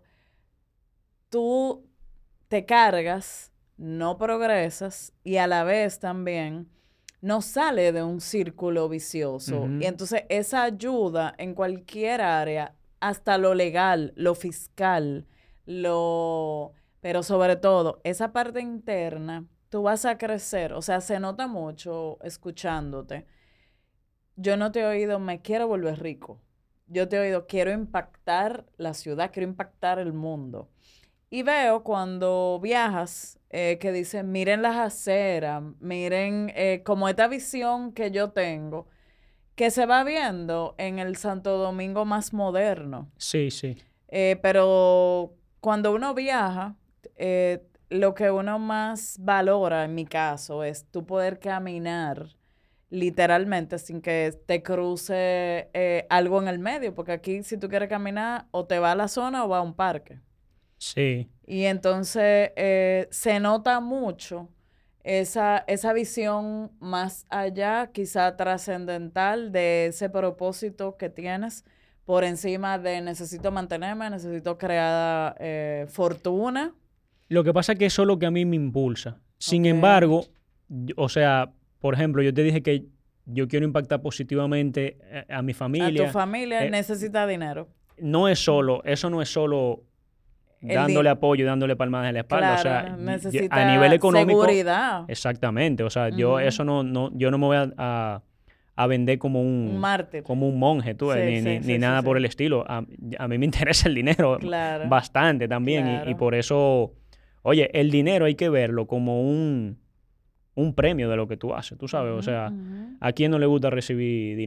tú te cargas, no progresas y a la vez también no sale de un círculo vicioso. Y Ujú. entonces esa ayuda en cualquier área, hasta lo legal, lo fiscal, lo... Pero sobre todo, esa parte interna, tú vas a crecer. O sea, se nota mucho escuchándote. Yo no te he oído, me quiero volver rico. Yo te he oído, quiero impactar la ciudad, quiero impactar el mundo. Y veo cuando viajas eh, que dicen, miren las aceras, miren eh, como esta visión que yo tengo, que se va viendo en el Santo Domingo más moderno. Sí, sí. Eh, pero cuando uno viaja, eh, lo que uno más valora, en mi caso, es tú poder caminar literalmente sin que te cruce eh, algo en el medio, porque aquí si tú quieres caminar, o te va a la zona o va a un parque. Sí. Y entonces eh, se nota mucho esa, esa visión más allá, quizá trascendental, de ese propósito que tienes por encima de necesito mantenerme, necesito crear eh, fortuna. Lo que pasa es que eso es lo que a mí me impulsa. Sin Ok. embargo, yo- o sea, por ejemplo, yo te dije que yo quiero impactar positivamente eh, a mi A tu familia. familia Eh, necesita dinero. no es solo, eso no es solo El dándole di- apoyo y dándole palmadas en la espalda. O sea, claro, y- y- a nivel necesita económico, seguridad. exactamente. O sea, yo Ujú. eso no, no, yo no me voy a, a- a vender como Un un, mártir. como un monje, tú, eh, Sí, ni, ni, sí, ni sí, sí, nada sí. por el estilo. A, a mí me interesa el dinero Claro, bastante también. Y, y claro. por eso, oye, el dinero hay que verlo como un, un premio de lo que tú haces, tú sabes. O Ujú, sea, ujú. ¿a quién no le gusta recibir dinero?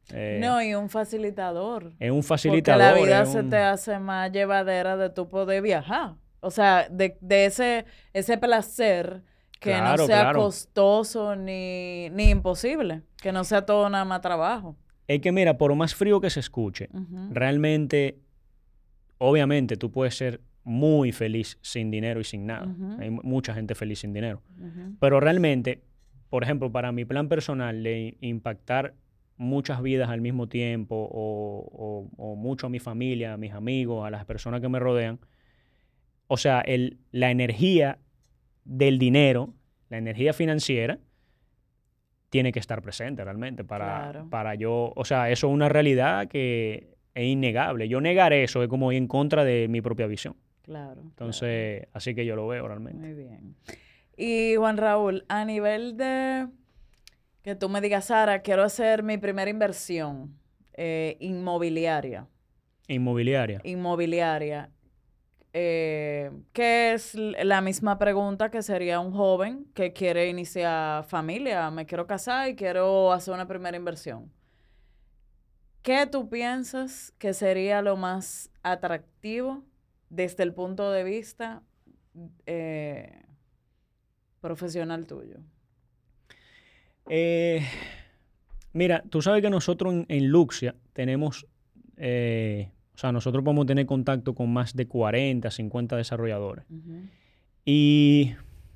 Eh, no, y un facilitador. Es un facilitador. Porque la vida se un... te hace más llevadera de tu poder viajar. O sea, de, de ese, ese placer que Claro, no sea claro. costoso ni, ni imposible. Que no sea todo nada más trabajo. Es que mira, por más frío que se escuche, Uh-huh. realmente, obviamente, tú puedes ser muy feliz sin dinero y sin nada. Uh-huh. Hay mucha gente feliz sin dinero. Uh-huh. Pero realmente, por ejemplo, para mi plan personal de impactar muchas vidas al mismo tiempo o, o, o mucho a mi familia, a mis amigos, a las personas que me rodean, o sea, el, la energía del dinero, la energía financiera, tiene que estar presente realmente para, Claro. para yo, o sea, eso es una realidad que es innegable. Yo negar eso es como ir en contra de mi propia visión. Claro. Entonces, claro. así que yo lo veo realmente. Muy bien. Y Juan Raúl, a nivel de que tú me digas, Sara, quiero hacer mi primera inversión eh, inmobiliaria. Inmobiliaria. Inmobiliaria. Eh, que es la misma pregunta que sería un joven que quiere iniciar familia, me quiero casar y quiero hacer una primera inversión. ¿Qué tú piensas que sería lo más atractivo desde el punto de vista eh, profesional tuyo? Eh, mira, tú sabes que nosotros en, en Luxia tenemos, eh, o sea, nosotros podemos tener contacto con más de cuarenta, cincuenta desarrolladores. Uh-huh. Y,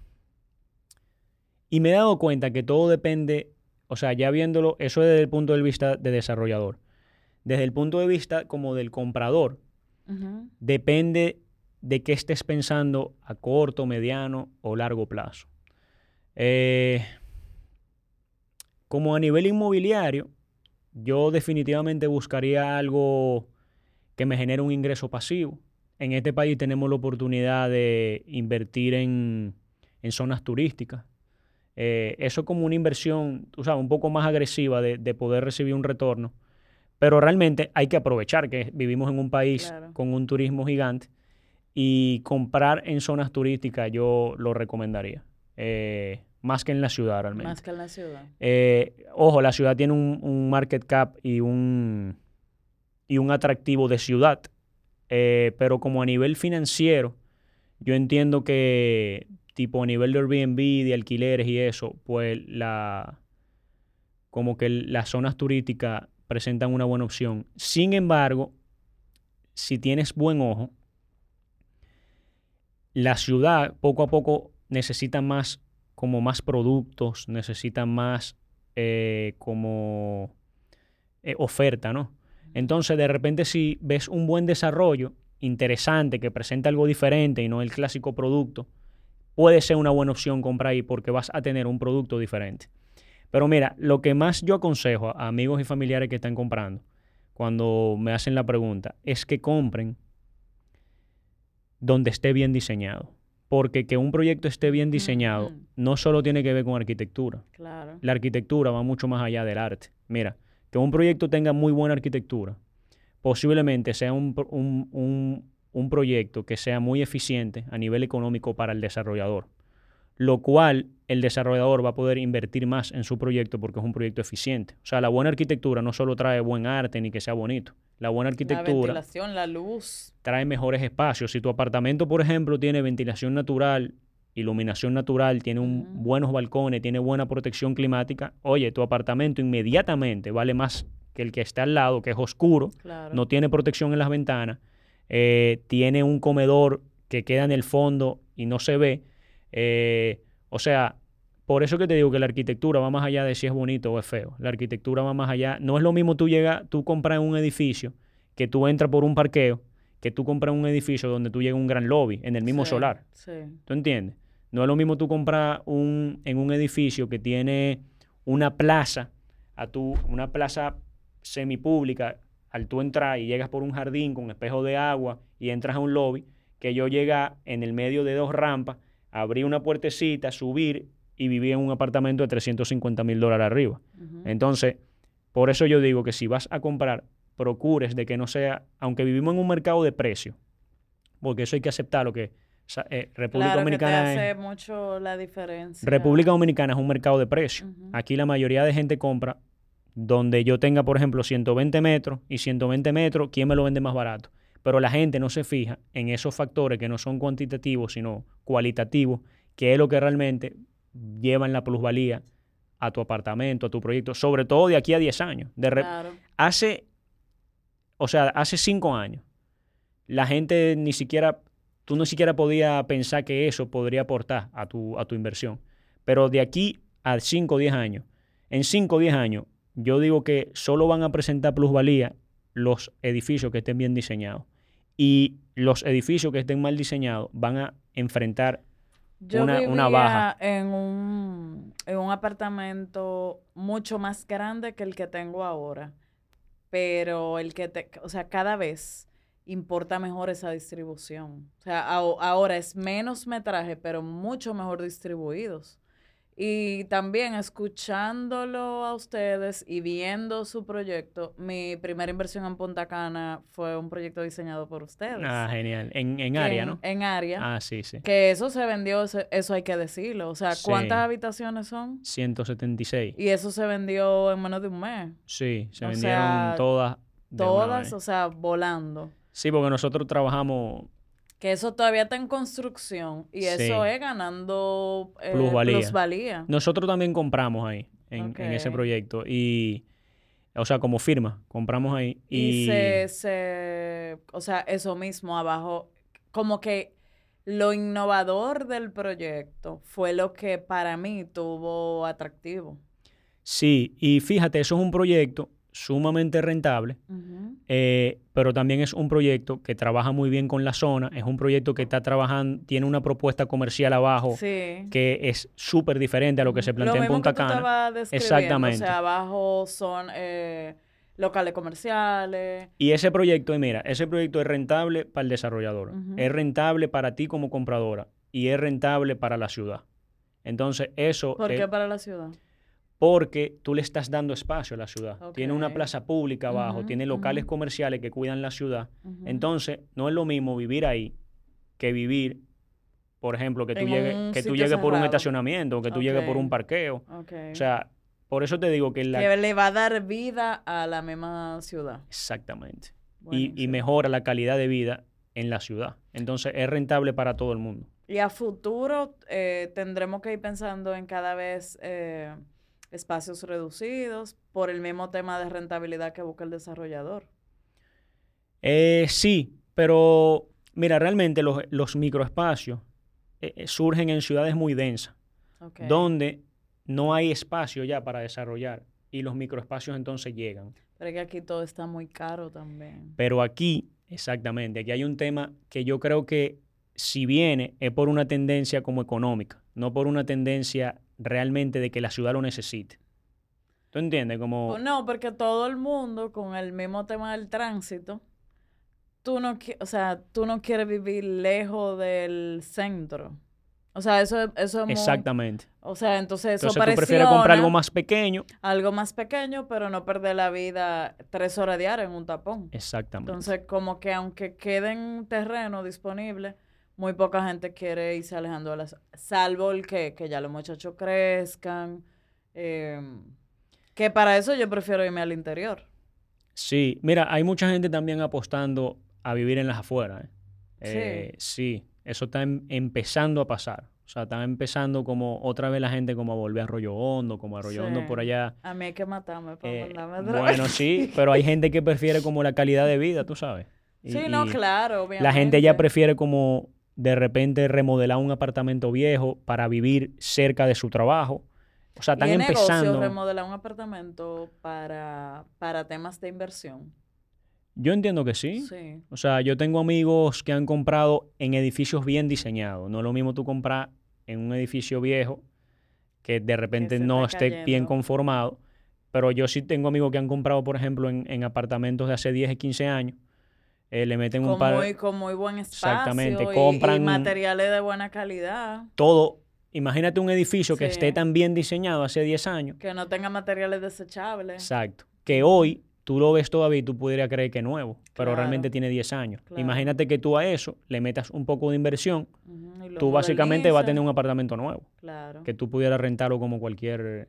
y me he dado cuenta que todo depende, o sea, ya viéndolo, eso es desde el punto de vista de desarrollador. Desde el punto de vista como del comprador, Uh-huh. depende de qué estés pensando a corto, mediano o largo plazo. Eh, como a nivel inmobiliario, yo definitivamente buscaría algo que me genere un ingreso pasivo. En este país tenemos la oportunidad de invertir en, en zonas turísticas. Eh, eso es como una inversión, tú sabes, un poco más agresiva de, de poder recibir un retorno. Pero realmente hay que aprovechar que vivimos en un país Claro. con un turismo gigante y comprar en zonas turísticas yo lo recomendaría. Eh, más que en la ciudad realmente. Más que en la ciudad. Eh, ojo, la ciudad tiene un, un market cap y un, y un atractivo de ciudad, eh, pero como a nivel financiero, yo entiendo que tipo a nivel de Airbnb, de alquileres y eso, pues la como que las zonas turísticas presentan una buena opción. Sin embargo, si tienes buen ojo, la ciudad poco a poco necesita más, como más productos, necesita más eh, como eh, oferta, ¿no? Entonces, de repente, si ves un buen desarrollo interesante que presenta algo diferente y no el clásico producto, puede ser una buena opción comprar ahí porque vas a tener un producto diferente. Pero mira, lo que más yo aconsejo a amigos y familiares que están comprando, cuando me hacen la pregunta, es que compren donde esté bien diseñado. Porque que un proyecto esté bien diseñado Uh-huh. no solo tiene que ver con arquitectura. Claro. La arquitectura va mucho más allá del arte. Mira, que un proyecto tenga muy buena arquitectura, posiblemente sea un, un, un, un proyecto que sea muy eficiente a nivel económico para el desarrollador, lo cual el desarrollador va a poder invertir más en su proyecto porque es un proyecto eficiente. O sea, la buena arquitectura no solo trae buen arte ni que sea bonito. La buena arquitectura... La ventilación, la luz. Trae mejores espacios. Si tu apartamento, por ejemplo, tiene ventilación natural, iluminación natural, tiene un, Uh-huh. buenos balcones, tiene buena protección climática, oye, tu apartamento inmediatamente vale más que el que está al lado, que es oscuro, Claro. no tiene protección en las ventanas, eh, tiene un comedor que queda en el fondo y no se ve. Eh, o sea, por eso que te digo que la arquitectura va más allá de si es bonito o es feo. La arquitectura va más allá. No es lo mismo tú llegas, tú compras un edificio, que tú entras por un parqueo, que tú compras un edificio donde tú llegas a un gran lobby, en el mismo Sí, solar. sí. ¿Tú entiendes? No es lo mismo tú comprar un, en un edificio que tiene una plaza, a tu, una plaza semipública, al tú entrar y llegas por un jardín con espejo de agua y entras a un lobby, que yo llegar en el medio de dos rampas, abrir una puertecita, subir y vivir en un apartamento de trescientos cincuenta mil dólares arriba. Uh-huh. Entonces, por eso yo digo que si vas a comprar, procures de que no sea, aunque vivimos en un mercado de precio, porque eso hay que aceptarlo, que eh, República Claro Dominicana que te hace es, mucho la diferencia. República Dominicana es un mercado de precio. Uh-huh. Aquí la mayoría de gente compra donde yo tenga, por ejemplo, ciento veinte metros y ciento veinte metros, ¿quién me lo vende más barato? Pero la gente no se fija en esos factores que no son cuantitativos, sino cualitativos, que es lo que realmente llevan la plusvalía a tu apartamento, a tu proyecto, sobre todo de aquí a diez años. De re- Claro. Hace, o sea, hace cinco años, la gente ni siquiera, tú ni siquiera podías pensar que eso podría aportar a tu, a tu inversión. Pero de aquí a cinco o diez años, en cinco o diez años, yo digo que solo van a presentar plusvalía los edificios que estén bien diseñados. Y los edificios que estén mal diseñados van a enfrentar Yo una, vivía una baja. en un, en un apartamento mucho más grande que el que tengo ahora, pero el que te, o sea, cada vez importa mejor esa distribución. O sea, ao- ahora es menos metraje, pero mucho mejor distribuidos. Y también escuchándolo a ustedes y viendo su proyecto, mi primera inversión en Punta Cana fue un proyecto diseñado por Ah, ustedes, genial. En, en que área, en, ¿no? en área, Ah, sí, sí. que eso se vendió, eso, eso hay que decirlo. O sea, ¿cuántas Sí. habitaciones son? ciento setenta y seis. Y eso se vendió en menos de un mes. Sí, se O vendieron sea, todas de una todas, vez. o sea, volando. Sí, porque nosotros trabajamos Que eso todavía está en construcción y eso sí, es ganando eh, plusvalía. plusvalía. Nosotros también compramos ahí, en, Ok. en ese proyecto. Y, o sea, como firma, compramos ahí. Y Y se, se, o sea, eso mismo abajo, como que lo innovador del proyecto fue lo que para mí tuvo atractivo. sí, y fíjate, eso es un proyecto sumamente rentable, Ujú. eh, pero también es un proyecto que trabaja muy bien con la zona. Es un proyecto que está trabajando, tiene una propuesta comercial abajo Sí. que es súper diferente a lo que se Ujú. plantea Lo en mismo Punta que tú Cana. estabas describiendo, o Exactamente. sea, abajo son eh, locales comerciales. Y ese proyecto, y mira, ese proyecto es rentable para el desarrollador, Ujú. es rentable para ti como compradora y es rentable para la ciudad. Entonces, eso ¿Por es qué para la ciudad? porque tú le estás dando espacio a la ciudad. Ok. Tiene una plaza pública abajo, Ujú, tiene locales ujú, comerciales que cuidan la ciudad. ujú. Entonces, no es lo mismo vivir ahí que vivir, por ejemplo, que tú En llegues, un que tú sitio llegues por un cerrado. estacionamiento, que tú Ok, llegues por un parqueo. ok. O sea, por eso te digo que la... Que le va a dar vida a la misma ciudad. Exactamente. Y, y Buenísimo. mejora la calidad de vida en la ciudad. Entonces, es rentable para todo el mundo. Y a futuro eh, tendremos que ir pensando en cada vez eh, espacios reducidos por el mismo tema de rentabilidad que busca el desarrollador. Eh, sí, pero mira, realmente los, los microespacios eh, eh, surgen en ciudades muy densas, Ok. donde no hay espacio ya para desarrollar y los microespacios entonces llegan. Pero es que aquí todo está muy caro también. Pero aquí, exactamente, aquí hay un tema que yo creo que si viene es por una tendencia como económica, no por una tendencia realmente de que la ciudad lo necesite. ¿Tú entiendes? Pues Como, no, porque todo el mundo con el mismo tema del tránsito, tú no, qui- o sea, tú no quieres vivir lejos del centro. O sea, eso, es- eso es muy, exactamente. o sea, entonces eso Entonces tú prefieres comprar algo presiona más pequeño. algo más pequeño, pero no perder la vida tres horas diarias en un tapón. Exactamente. Entonces, como que aunque queden terreno disponible, muy poca gente quiere irse alejando de las... Salvo el que, que ya los muchachos crezcan. eh, que para eso yo prefiero irme al interior. Sí, mira, hay mucha gente también apostando a vivir en las afueras. ¿eh? Sí. Eh, sí, eso está em- empezando a pasar. O sea, está empezando como otra vez la gente como a volver a Arroyo Hondo, como a Arroyo Sí. Hondo por allá. A mí hay que matarme para Eh, mandarme otra bueno, vez. sí, pero hay gente que prefiere como la calidad de vida, tú sabes. Y, Sí, no, y claro, la gente ya obviamente. prefiere como de repente remodelar un apartamento viejo para vivir cerca de su trabajo. O sea, Y están es negocio empezando. remodelar un apartamento para, para temas de inversión. Yo entiendo que sí. Sí. O sea, yo tengo amigos que han comprado en edificios bien diseñados. No es lo mismo tú comprar en un edificio viejo que de Que repente se no está esté bien cayendo. conformado. Pero yo sí tengo amigos que han comprado, por ejemplo, en, en apartamentos de hace diez y quince años. Eh, le meten un Con par... muy, con muy buen Exactamente. espacio y, y Compran materiales de buena calidad. todo. Imagínate un edificio que esté Sí. tan bien diseñado hace diez años. Que no tenga materiales desechables. Exacto. Que Ujú. hoy tú lo ves todavía y tú pudieras creer que es nuevo, pero Claro. realmente tiene diez años. Claro. Imagínate que tú a eso le metas un poco de inversión. Ujú, y lo Tú básicamente vas a tener modernices. un apartamento nuevo, Claro. que tú pudieras rentarlo como cualquier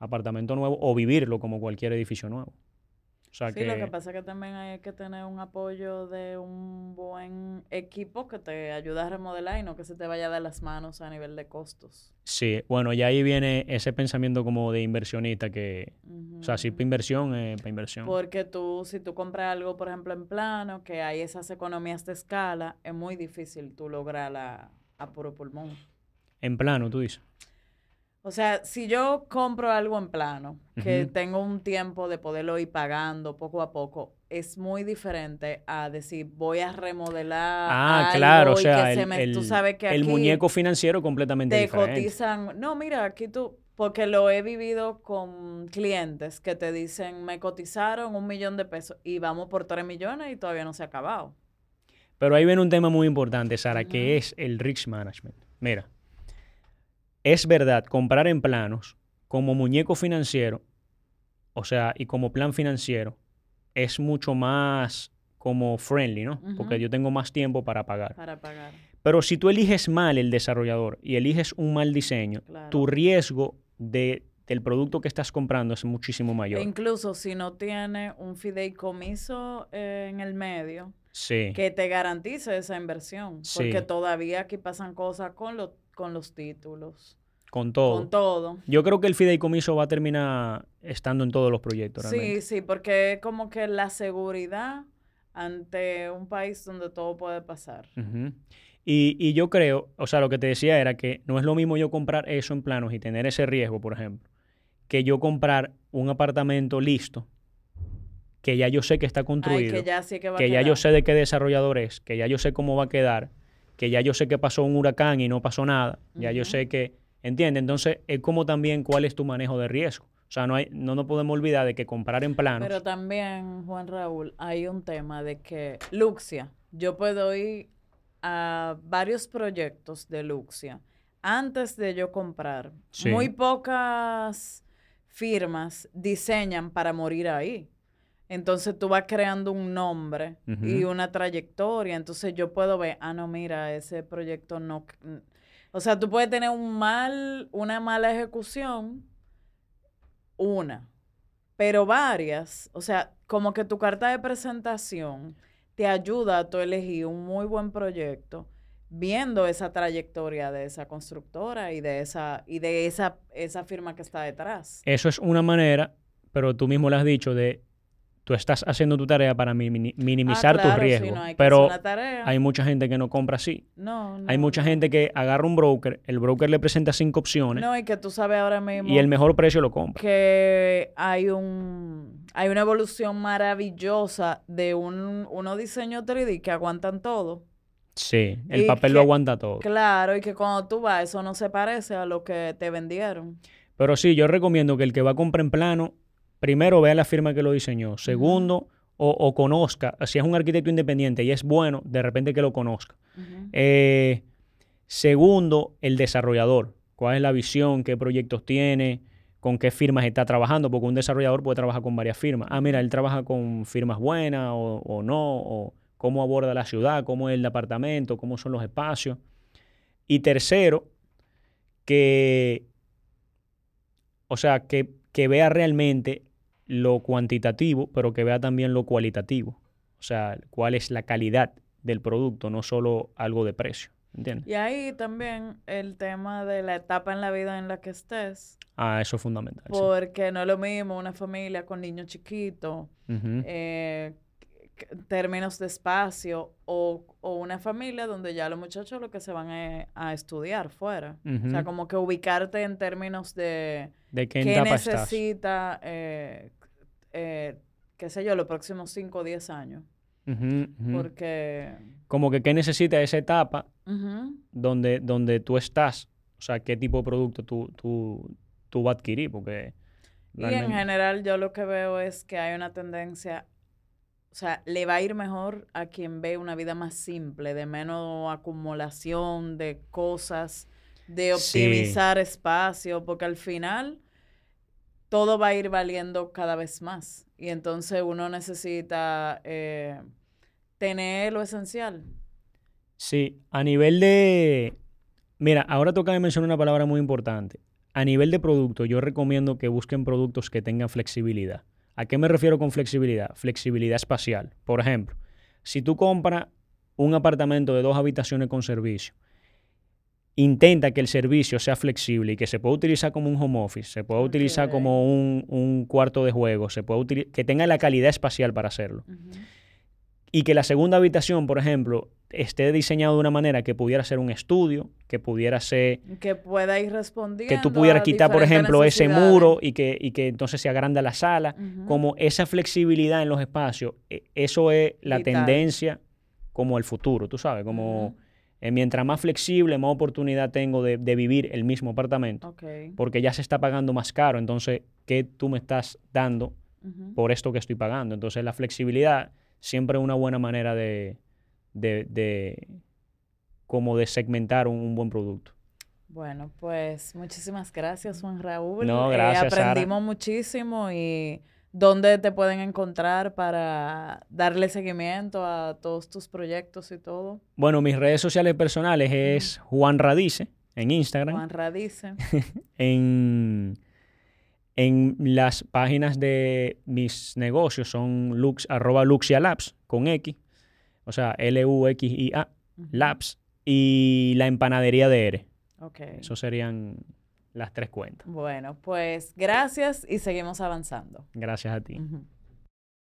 apartamento nuevo o vivirlo como cualquier edificio nuevo. O sea Sí, que, lo que pasa es que también hay que tener un apoyo de un buen equipo que te ayude a remodelar y no que se te vaya de las manos a nivel de costos. sí, bueno, y ahí viene ese pensamiento como de inversionista que, o sea, si Ujú. para inversión, eh, para inversión. Porque tú, si tú compras algo, por ejemplo, en plano, que hay esas economías de escala, es muy difícil tú lograrla a puro pulmón. En plano, tú dices. O sea, si yo compro algo en plano, que Ujú. tengo un tiempo de poderlo ir pagando poco a poco, es muy diferente a decir, voy a remodelar Ah, claro, o algo y que sea, se el, me, tú el, sabes que el aquí muñeco financiero completamente te diferente. cotizan, no, mira, aquí tú, porque lo he vivido con clientes que te dicen, me cotizaron un millón de pesos y vamos por tres millones y todavía no se ha acabado. Pero ahí viene un tema muy importante, Sara, que Ujú. es el risk management. Mira, es verdad, comprar en planos como muñeco financiero, o sea, y como plan financiero, es mucho más como friendly, ¿no? Porque Ujú. yo tengo más tiempo para pagar. Para pagar, Pero si tú eliges mal el desarrollador y eliges un mal diseño, tu claro. riesgo de, del producto que estás comprando es muchísimo E mayor. incluso si no tiene un fideicomiso eh, en el medio Sí, que te garantice esa inversión, porque sí, todavía aquí pasan cosas con, los con los títulos, con con todo. todo. Yo creo que el fideicomiso va a terminar estando en todos los proyectos Sí, realmente. sí, porque es como que la seguridad ante un país donde todo puede pasar. Ujú. Y, y yo creo, o sea, lo que te decía era que no es lo mismo yo comprar eso en planos y tener ese riesgo, por ejemplo, que yo comprar un apartamento listo, que ya yo sé que está Ay, que construido, ya sí que va a que ya yo quedar. sé de qué desarrollador es, que ya yo sé cómo va a quedar, que ya yo sé que pasó un huracán y no pasó nada, ya yo Ujú. sé que, ¿entiendes? Entonces es como también cuál es tu manejo de riesgo. O sea, no, hay, no nos podemos olvidar de que comprar en Pero planos, también, Juan Raúl, hay un tema de que Luxia, yo puedo ir a varios proyectos de Luxia antes de yo comprar. Muy sí, pocas firmas diseñan para morir ahí. Entonces tú vas creando un nombre y ujú, una trayectoria. Entonces yo puedo ver, ah, no, mira, ese proyecto no. O sea, tú puedes tener un mal, una mala ejecución, una pero varias. O sea, como que tu carta de presentación te ayuda a tú elegir un muy buen proyecto viendo esa trayectoria de esa constructora y de esa y de esa esa firma que está detrás. eso es una manera, pero tú mismo lo has dicho, de tú estás haciendo tu tarea para mini- Ah, minimizar tus claro, sí, riesgos, no hay que hacer pero una tarea. hay mucha gente que no compra así. No, Hay no, mucha no. gente que agarra un broker, el broker le presenta cinco opciones No, y que tú sabes ahora y el mismo mejor precio lo compra. que hay un hay una evolución maravillosa de un, unos diseños tres D que aguantan todo. Sí, el Y papel lo que, aguanta todo. claro, y que cuando tú vas, eso no se parece a lo que te vendieron. Pero sí, yo recomiendo que el que va a comprar en plano, primero vea la firma que lo diseñó. Ujú, Segundo, o, o conozca, si es un arquitecto independiente y es bueno, de repente que lo conozca. ujú. Eh, Segundo, el desarrollador. ¿Cuál es la visión? ¿Qué proyectos tiene? ¿Con qué firmas está trabajando? Porque un desarrollador puede trabajar con varias firmas. Ah, mira, Ujú. él trabaja con firmas buenas o, o no, o cómo aborda la ciudad, cómo es el departamento, cómo son los espacios. Y tercero, que, o sea, que, que vea realmente lo cuantitativo, pero que vea también lo cualitativo. O sea, cuál es la calidad del producto, no solo algo de precio. ¿Entiendes? Y ahí también el tema de la etapa en la vida en la que estés, Ah, eso es fundamental, sí. porque no es lo mismo una familia con niños chiquitos, Ujú, eh, c- términos de espacio, o, o una familia donde ya los muchachos lo que se van a, a estudiar fuera. O sea, ujú. como que ubicarte en términos de ¿De qué qué etapa estás? necesita, eh, eh, qué sé yo, los próximos cinco o diez años. Ujú, ujú. Porque, Como que qué necesita esa etapa ujú. donde, donde tú estás, o sea, qué tipo de producto tú, tú, tú vas a adquirir, porque Y en realmente, general yo lo que veo es que hay una tendencia, o sea, le va a ir mejor a quien ve una vida más simple, de menos acumulación de cosas, de sí, optimizar espacio, porque al final todo va a ir valiendo cada vez más. Y entonces uno necesita eh, tener lo esencial. sí, a nivel de, mira, ahora toca mencionar una palabra muy importante, a nivel de producto, yo recomiendo que busquen productos que tengan flexibilidad. ¿A qué me refiero con flexibilidad? Flexibilidad espacial. Por ejemplo, si tú compras un apartamento de dos habitaciones con servicio, intenta que el servicio sea flexible y que se pueda utilizar como un home office, se pueda Ok. utilizar como un, un cuarto de juego, se pueda utili- que tenga la calidad espacial para hacerlo. Ujú. Y que la segunda habitación, por ejemplo, esté diseñado de una manera que pudiera ser un estudio, que pudiera ser Que pueda ir que respondiendo tú pudieras a quitar, por diferentes ejemplo, ese necesidades. muro y que, y que entonces se agranda la sala. Ujú. Como esa flexibilidad en los espacios, e- eso es la Vital. tendencia como el futuro, tú sabes, como Ujú. eh, mientras más flexible, más oportunidad tengo de, de vivir el mismo apartamento, Ok. porque ya se está pagando más caro, entonces, ¿qué tú me estás dando Ujú. por esto que estoy pagando? Entonces, la flexibilidad siempre es una buena manera de, de, de como de segmentar un, un buen producto. Bueno, pues muchísimas gracias, Juan Raúl. No, Eh, gracias, Sara. aprendimos muchísimo y dónde te pueden encontrar para darle seguimiento a todos tus proyectos y todo. Bueno, mis redes sociales personales es Juan Radice en Instagram. Juan Radice. En, en las páginas de mis negocios son lux, arroba Luxia Labs con X, o sea, L U X I A, Ujú. Labs, y la empanadería de Ere. Ok. Eso serían las tres cuentas. Bueno, pues gracias y seguimos avanzando. Gracias a ti. Ujú.